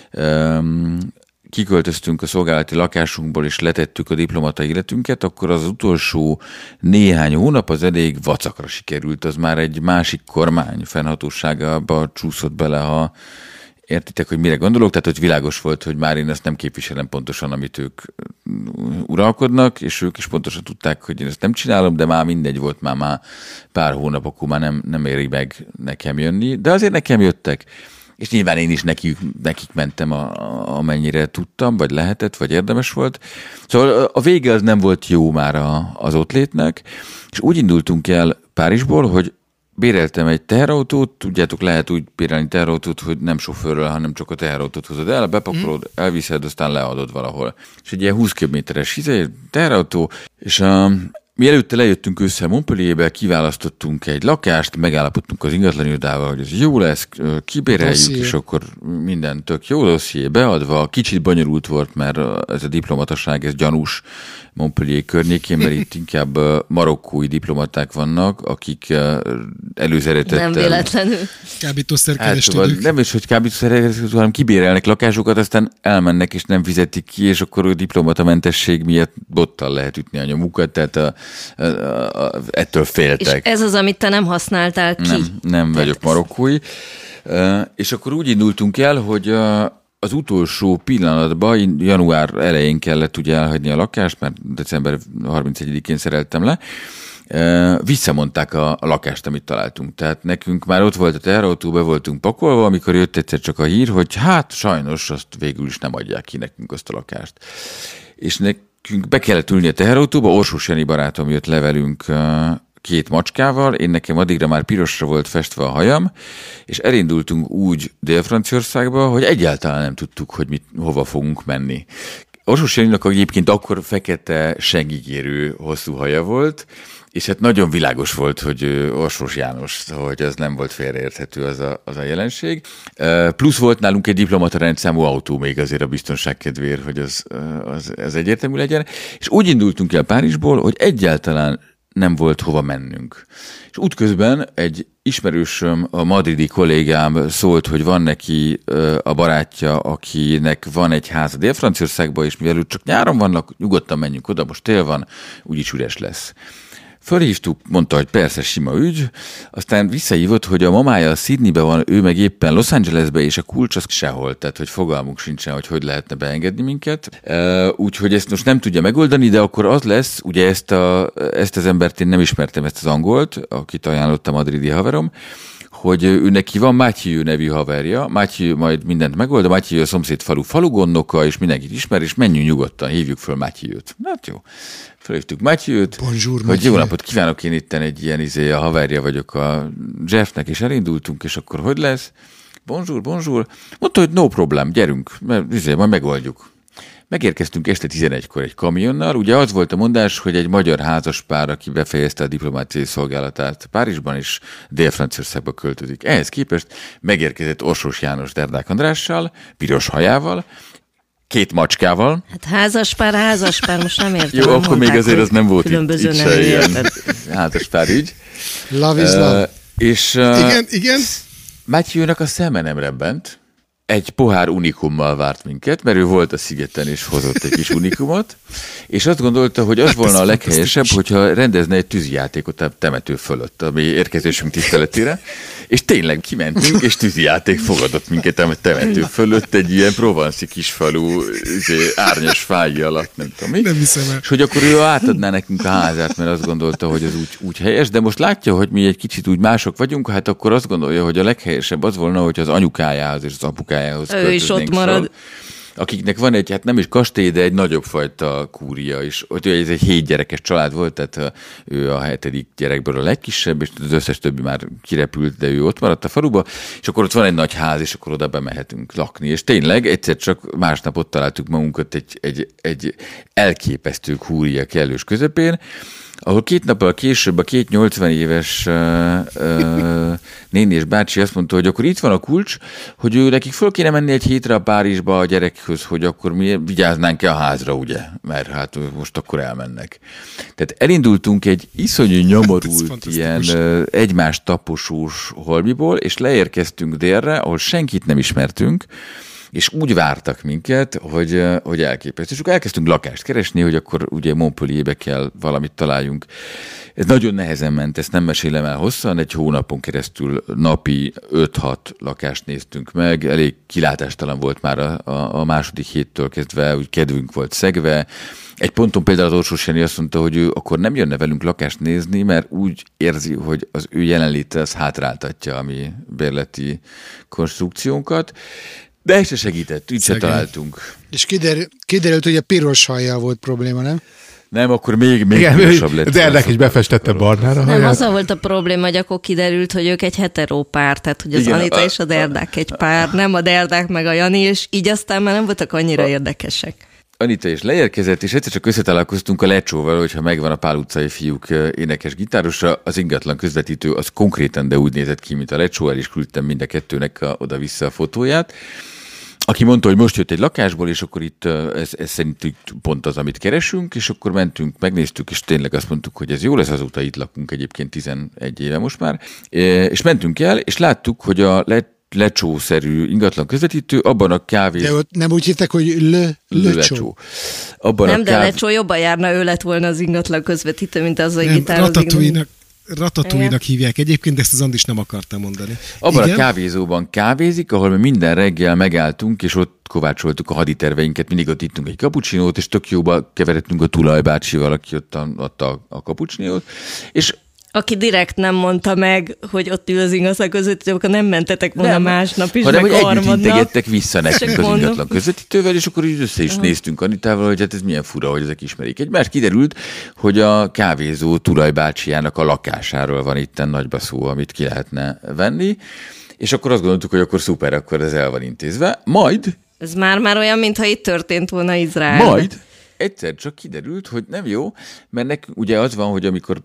kiköltöztünk a szolgálati lakásunkból, és letettük a diplomata életünket, akkor az utolsó néhány hónap az elég vacakra sikerült, az már egy másik kormány fennhatóságába csúszott bele, ha értitek, hogy mire gondolok, tehát hogy világos volt, hogy már én ezt nem képviselem pontosan, amit ők uralkodnak, és ők is pontosan tudták, hogy én ezt nem csinálom, de már mindegy volt, már pár hónap, akkor már nem éri meg nekem jönni, de azért nekem jöttek. És nyilván én is nekik mentem, amennyire tudtam, vagy lehetett, vagy érdemes volt. Szóval a vége az nem volt jó már az ott létnek, és úgy indultunk el Párizsból, hogy béreltem egy teherautót, tudjátok, lehet úgy bérelni teherautót, hogy nem sofőrrel, hanem csak a teherautót hozod el, bepakolod, elviszed, aztán leadod valahol. És egy ilyen 20 km-es teherautó, és mi előtte lejöttünk össze Montpellierbe, kiválasztottunk egy lakást, megállapodtunk az ingatlanürodával, hogy ez jó lesz, kibéreljük, és akkor minden tök jó, dosszié beadva. Kicsit bonyolult volt, mert ez a diplomataság, ez gyanús Montpellier környékén, mert itt inkább marokkói diplomaták vannak, akik előszeretettel... Nem véletlenül. Kábítószerkereskedők. Nem is, hogy kábítószerkereskedők, hanem kibérelnek lakásokat, aztán elmennek és nem fizetik ki, és akkor a diplomatamentesség miatt bottal lehet ütni a nyomukat, tehát ettől féltek. És ez az, amit te nem használtál ki. Nem vagyok marokkói. És akkor úgy indultunk el, hogy az utolsó pillanatban, január elején kellett ugye elhagyni a lakást, mert december 31-én szereltem le, visszamondták a lakást, amit találtunk. Tehát nekünk már ott volt a teherautó, be voltunk pakolva, amikor jött egyszer csak a hír, hogy hát sajnos azt végül is nem adják ki nekünk azt a lakást. És nekünk be kellett ülni a teherautóba, Orsós Jani barátom jött le velünk 2 macskával, én nekem addigra már pirosra volt festve a hajam, és elindultunk úgy Dél-Franciaországba, hogy egyáltalán nem tudtuk, hogy hova fogunk menni. Orsós Janinak egyébként akkor fekete segígérő hosszú haja volt, és hát nagyon világos volt, hogy Orsós János, hogy ez nem volt félreérthető az a jelenség. Plusz volt nálunk egy diplomata rendszámú autó még azért a biztonság kedvéért, hogy az egyértelmű legyen. És úgy indultunk el Párizsból, hogy egyáltalán nem volt hova mennünk. És útközben egy ismerősöm, a madridi kollégám szólt, hogy van neki a barátja, akinek van egy háza Dél-Franciaországban, és mivel csak nyáron vannak, nyugodtan menjünk oda, most tél van, úgyis üres lesz. Fölhívtuk, mondta, hogy persze, sima ügy, aztán visszahívott, hogy a mamája Sydneybe van, ő meg éppen Los Angelesbe, és a kulcs az sehol, tehát hogy fogalmunk sincsen, hogy lehetne beengedni minket. Úgyhogy ezt most nem tudja megoldani, de akkor az lesz, ugye ezt az embert én nem ismertem, ezt az angolt, akit ajánlott a madridi haverom, hogy ő neki van Mathieu nevű haverja, Mathieu majd mindent megold, a Mathieu a szomszéd falugonnoka, és mindenkit ismer, és menjünk nyugodtan, hívjuk föl Mathieu-t. Hát jó. Felhívtuk Mathieu-t, hogy jó napot kívánok, én itten egy ilyen a haverja vagyok a Jeffnek, és elindultunk, és akkor hogy lesz? Bonjour. Mondta, hogy no problem, gyerünk, mert majd megoldjuk. Megérkeztünk este 11-kor egy kamionnal, ugye az volt a mondás, hogy egy magyar házaspár, aki befejezte a diplomáciai szolgálatát Párizsban és Dél-Franciaországba költözik. Ehhez képest megérkezett Orsós János Derdák Andrással, piros hajával, 2 macskával. Hát házaspár, most nem értem. Jó, akkor még azért az nem volt különböző itt se ilyen házaspár ügy. Love is love. És igen. Mathieu-nak a szeme nem rebbent. Egy pohár unikummal várt minket, mert ő volt a szigeten és hozott egy kis unikumot, és azt gondolta, hogy az volna a leghelyesebb, hogyha rendezne egy tűzijátékot a temető fölött, ami érkezésünk tiszteletére, és tényleg kimentünk, és tűzijáték fogadott minket a temető fölött egy ilyen provanszi kisfalú árnyas fájja alatt, nem tudom mi. Nem hiszem el. És hogy akkor ő átadná nekünk a házát, mert azt gondolta, hogy ez úgy helyes, de most látja, hogy mi egy kicsit úgy mások vagyunk, hát akkor azt gondolja, hogy a leghelyesebb az volna, hogy az anyukájához és az apukájához ő is ott marad. Föl, akiknek van egy, hát nem is kastély, de egy nagyobb fajta kúria is. Ott ez egy 7 gyerekes család volt, tehát ő a 7. gyerekből a legkisebb, és az összes többi már kirepült, de ő ott maradt a faluba, és akkor ott van egy nagy ház, és akkor oda bemehetünk lakni. És tényleg egyszer csak másnap ott találtuk magunkat egy elképesztő kúria kellős közepén, ahol 2 nappal később a 2 80 éves néni és bácsi azt mondta, hogy akkor itt van a kulcs, hogy ő nekik föl kéne menni egy hétre a Párizsba a gyerekhöz, hogy akkor mi vigyáznánk-e a házra, ugye? Mert hát most akkor elmennek. Tehát elindultunk egy iszonyú nyomorult ilyen egymást taposós holmiból, és leérkeztünk délre, ahol senkit nem ismertünk, és úgy vártak minket, hogy elképesztő. És akkor elkezdtünk lakást keresni, hogy akkor ugye Montpellierbe kell valamit találjunk. Ez nagyon nehezen ment, ezt nem mesélem el hosszan, egy hónapon keresztül napi 5-6 lakást néztünk meg, elég kilátástalan volt már a második héttől kezdve, úgy kedvünk volt szegve. Egy ponton például az Orsós Jenny azt mondta, hogy ő akkor nem jönne velünk lakást nézni, mert úgy érzi, hogy az ő jelenléte az hátráltatja a mi bérleti konstrukciónkat. De ez se segített, úgy se találtunk. És kiderült, hogy a piros hajjal volt probléma, nem? Nem, akkor még pirosabb lett. De ennek is befestette barnára haját. Nem, azzal volt a probléma, hogy akkor kiderült, hogy ők egy hetero pár, tehát hogy az igen, Anita és a Derdák egy pár, nem a Derdák meg a Jani, és így aztán már nem voltak annyira érdekesek. Anita is leérkezett, és egyszer csak összetalálkoztunk a Lecsóval, hogyha megvan a Pál utcai fiúk énekes gitárosa, az ingatlan közvetítő, az konkrétan de úgy nézett ki, mint a Lecsó, el is küldtem mind a kettőnek oda-vissza a fotóját, aki mondta, hogy most jött egy lakásból, és akkor itt ez szerint pont az, amit keresünk, és akkor mentünk, megnéztük, és tényleg azt mondtuk, hogy ez jó lesz, azóta itt lakunk egyébként 11 éve most már, és mentünk el, és láttuk, hogy a Lecsó-szerű ingatlan közvetítő abban a kávézóban... De ott nem úgy hittek, hogy Lecsó. Nem, de Lecsó jobban járna, ő lett volna az ingatlan közvetítő, mint az, hogy gitározik. Ratatouille-nak hívják egyébként, de ezt az Andis nem akarta mondani. Abban igen? A kávézóban kávézik, ahol mi minden reggel megálltunk, és ott kovácsoltuk a haditerveinket, mindig ott ittunk egy kapucsinót, és tök jóba keveredtünk a Tulaj bácsival, aki ott adta a kapucsinót, és aki direkt nem mondta meg, hogy ott ül az ingatlan közvetítő, akkor nem mentetek volna másnap is, hanem, meg harmadnap. Hanem, hogy együtt integettek vissza nekünk az ingatlan közvetítővel, és akkor így össze is néztünk Anitával, hogy hát ez milyen fura, hogy ezek ismerik egymást. Kiderült, hogy a kávézó Tulaj bácsijának a lakásáról van itten nagyba szó, amit ki lehetne venni, és akkor azt gondoltuk, hogy akkor szuper, akkor ez el van intézve. Majd... Ez már olyan, mintha itt történt volna Izrael. Majd egyszer csak kiderült, hogy nem jó, mert nekünk ugye az van, hogy amikor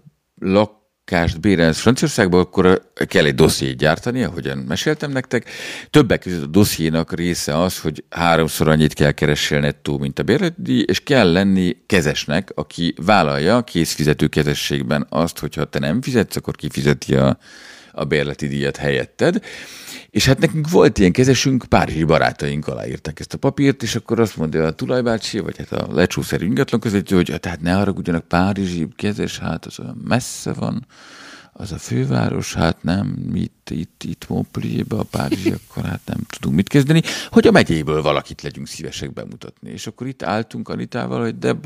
lakást bérelsz Franciaországban, akkor kell egy dossziét gyártani, ahogyan meséltem nektek. Többek között a dossziénak része az, hogy 3-szor annyit kell keressél nettó, mint a bérleti, és kell lenni kezesnek, aki vállalja készfizető kezességben azt, hogyha te nem fizetsz, akkor kifizeti a bérleti díjat helyetted. És hát nekünk volt ilyen kezesünk, párizsi barátaink aláírták ezt a papírt, és akkor azt mondja a Tulaj bácsi, vagy hát a Lecsó-szerű ingatlan közvetítő, hogy tehát ne haragudjanak, párizsi kezes, hát az olyan messze van, az a főváros, hát nem, itt Montpellierbe a párizsi, akkor hát nem tudunk mit kezdeni, hogy a megyéből valakit legyünk szívesek bemutatni. És akkor itt álltunk Anitával, hogy de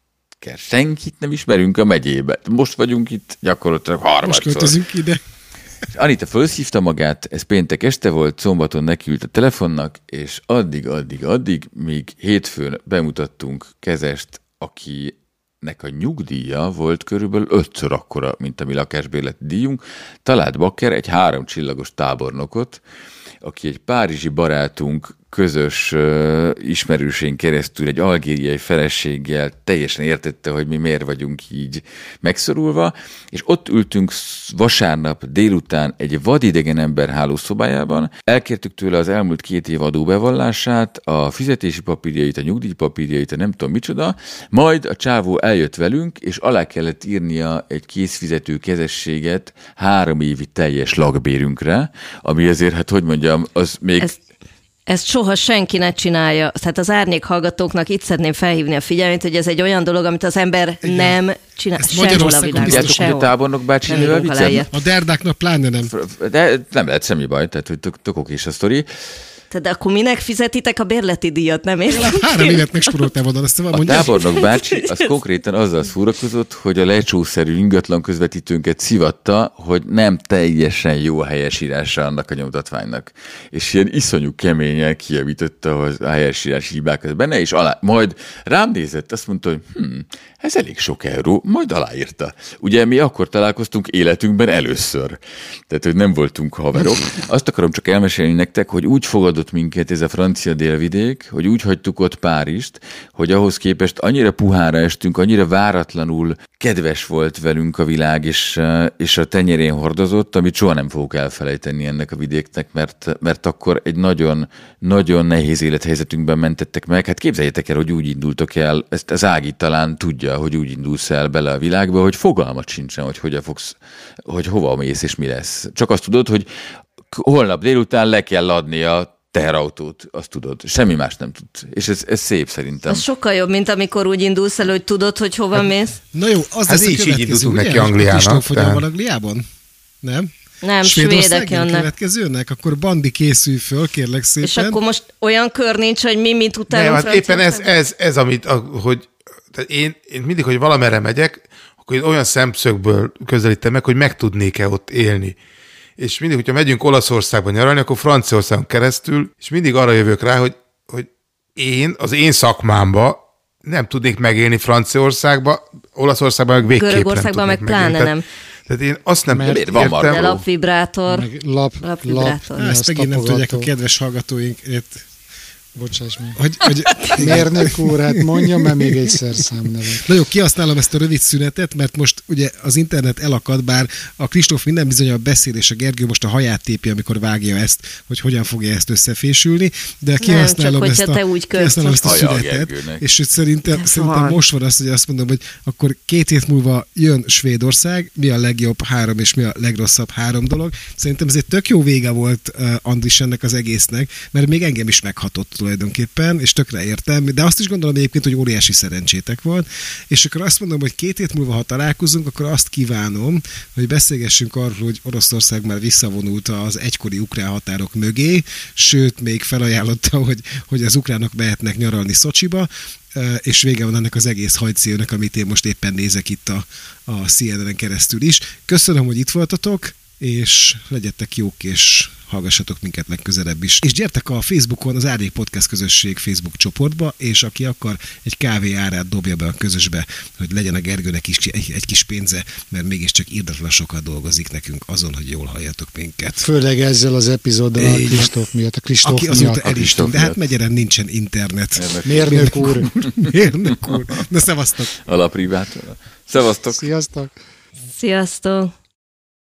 senkit nem ismerünk a megyébe. Most vagyunk itt gyakorlatilag harmadszor. Most költözünk ide. Anita felszívta magát, ez péntek este volt, szombaton nekiült a telefonnak, és addig, míg hétfőn bemutattunk kezest, akinek a nyugdíja volt körülbelül 5-ször akkora, mint a mi lakásbérleti díjunk, talált Bakker egy 3 csillagos tábornokot, aki egy párizsi barátunk közös ismerősén keresztül egy algériai feleséggel teljesen értette, hogy mi miért vagyunk így megszorulva, és ott ültünk vasárnap délután egy vadidegen ember hálószobájában, elkértük tőle az elmúlt 2 év adóbevallását, a fizetési papírjait, a nyugdíjpapírjait, a nem tudom micsoda, majd a csávó eljött velünk, és alá kellett írnia egy készfizető kezességet 3 évi teljes lakbérünkre, ami azért, hát hogy mondjam, az még... Ezt soha senki ne csinálja. Tehát az árnyék hallgatóknak itt szeretném felhívni a figyelmét, hogy ez egy olyan dolog, amit az ember nem csinál sehol a világon. Tudjátok, hogy a tábornok bácsi nővel viccem? A Derdáknak pláne nem. De nem lehet semmi baj, tehát hogy tök okés a sztori. De akkor minek fizetitek a bérleti díjat, nem értem? 3 évet megspóroltál volna, azt a tábornok bácsi az konkrétan azzal szórakozott, hogy a Lecsó-szerű ingatlan közvetítőnket szivatta, hogy nem teljesen jó a helyesírása annak a nyomtatványnak. És ilyen iszonyú keményen kijavította a helyesírás hibákat benne, és majd rám nézett, azt mondta, hogy ez elég sok euró, majd aláírta. Ugye mi akkor találkoztunk életünkben először. Tehát, hogy nem voltunk haverok. Azt akarom csak elmesélni nektek, hogy úgy fogadott megragadott minket ez a francia délvidék, hogy úgy hagytuk ott Párizst, hogy ahhoz képest annyira puhára estünk, annyira váratlanul kedves volt velünk a világ, és a tenyerén hordozott, amit soha nem fogok elfelejteni ennek a vidéknek, mert akkor egy nagyon, nagyon nehéz élethelyzetünkben mentettek meg. Hát képzeljétek el, hogy úgy indultok el, ezt az Ági talán tudja, hogy úgy indulsz el bele a világba, hogy fogalmat sincsen, hogy hova mész és mi lesz. Csak azt tudod, hogy holnap délután le kell adni a teherautót, azt tudod. Semmi más nem tudsz. És ez szép szerintem. Ez sokkal jobb, mint amikor úgy indulsz el, hogy tudod, hogy hova mész. Na jó, az Hát lesz a így következő, indultunk ugye? neki Angliának, Kristóf, hogy tehát- van Angliában? Nem? Nem, Svédország svédek jön jönnek. következőnek? Akkor Bandi, készülj föl, kérlek szépen. És akkor most olyan kör nincs, hogy mi mit Nem, utálunk hát éppen Franciaországban? ez amit, hogy tehát én mindig, hogy valamerre megyek, akkor én olyan szemszögből közelítem meg, hogy meg tudnék-e ott élni. És mindig, hogyha megyünk Olaszországba nyaralni, akkor Franciaországon keresztül, és mindig arra jövök rá, hogy én az én szakmámba nem tudnék megélni Franciaországba, Olaszországban meg végképp Görögországban nem meg tudnék megélni. pláne nem. Tehát én azt nem Miért van értem. De marha? lapvibrátor. Meg Lapvibrátor. Ezt megint nem tudják a kedves hallgatóink. Bocsáss meg. Hogy Mérnök úr, hát mondja már még egyszer számnevet. Na jó, kihasználom ezt a rövid szünetet, mert most ugye az internet elakad, bár a Kristóf minden bizonnyal beszél, és a Gergő most a haját tépi, amikor vágja ezt, hogy hogyan fogja ezt összefésülni, de kihasználom csak ezt hogyha te úgy kötsz kihasználom ezt a most. Haja a szünetet, Gergőnek. és hogy szerintem van. most van az, hogy azt mondom, hogy akkor 2 hét múlva jön Svédország, mi a legjobb 3 és mi a legrosszabb 3 dolog. Szerintem ez egy tök jó vége volt Andris ennek az egésznek, mert még engem is meghatott tulajdonképpen, és tökre értem, de azt is gondolom egyébként, hogy óriási szerencsétek volt, és akkor azt mondom, hogy 2 hét múlva, ha találkozunk, akkor azt kívánom, hogy beszélgessünk arról, hogy Oroszország már visszavonult az egykori ukrán határok mögé, sőt, még felajánlotta, hogy az ukránok mehetnek nyaralni Szocsiba, és vége van ennek az egész hajcélnek, amit én most éppen nézek itt a CNN-en keresztül is. Köszönöm, hogy itt voltatok, és legyetek jók, és hallgassatok minket legközelebb is. És gyertek a Facebookon, az Árnyék Podcast közösség Facebook csoportba, és aki akar, egy kávé árát dobja be a közösbe, hogy legyen a Gergőnek is egy kis pénze, mert mégiscsak irdatlan sokat dolgozik nekünk azon, hogy jól halljatok minket. Főleg ezzel az epizóddal a Kristóf miatt. A Kristóf Aki azóta miatt. elistünk, de hát Megyeren nincsen internet. Mérnök úr. Mérnök úr. Na, szevasztok! Alaprivát. Szevasztok! Sziasztok! Sziasztok!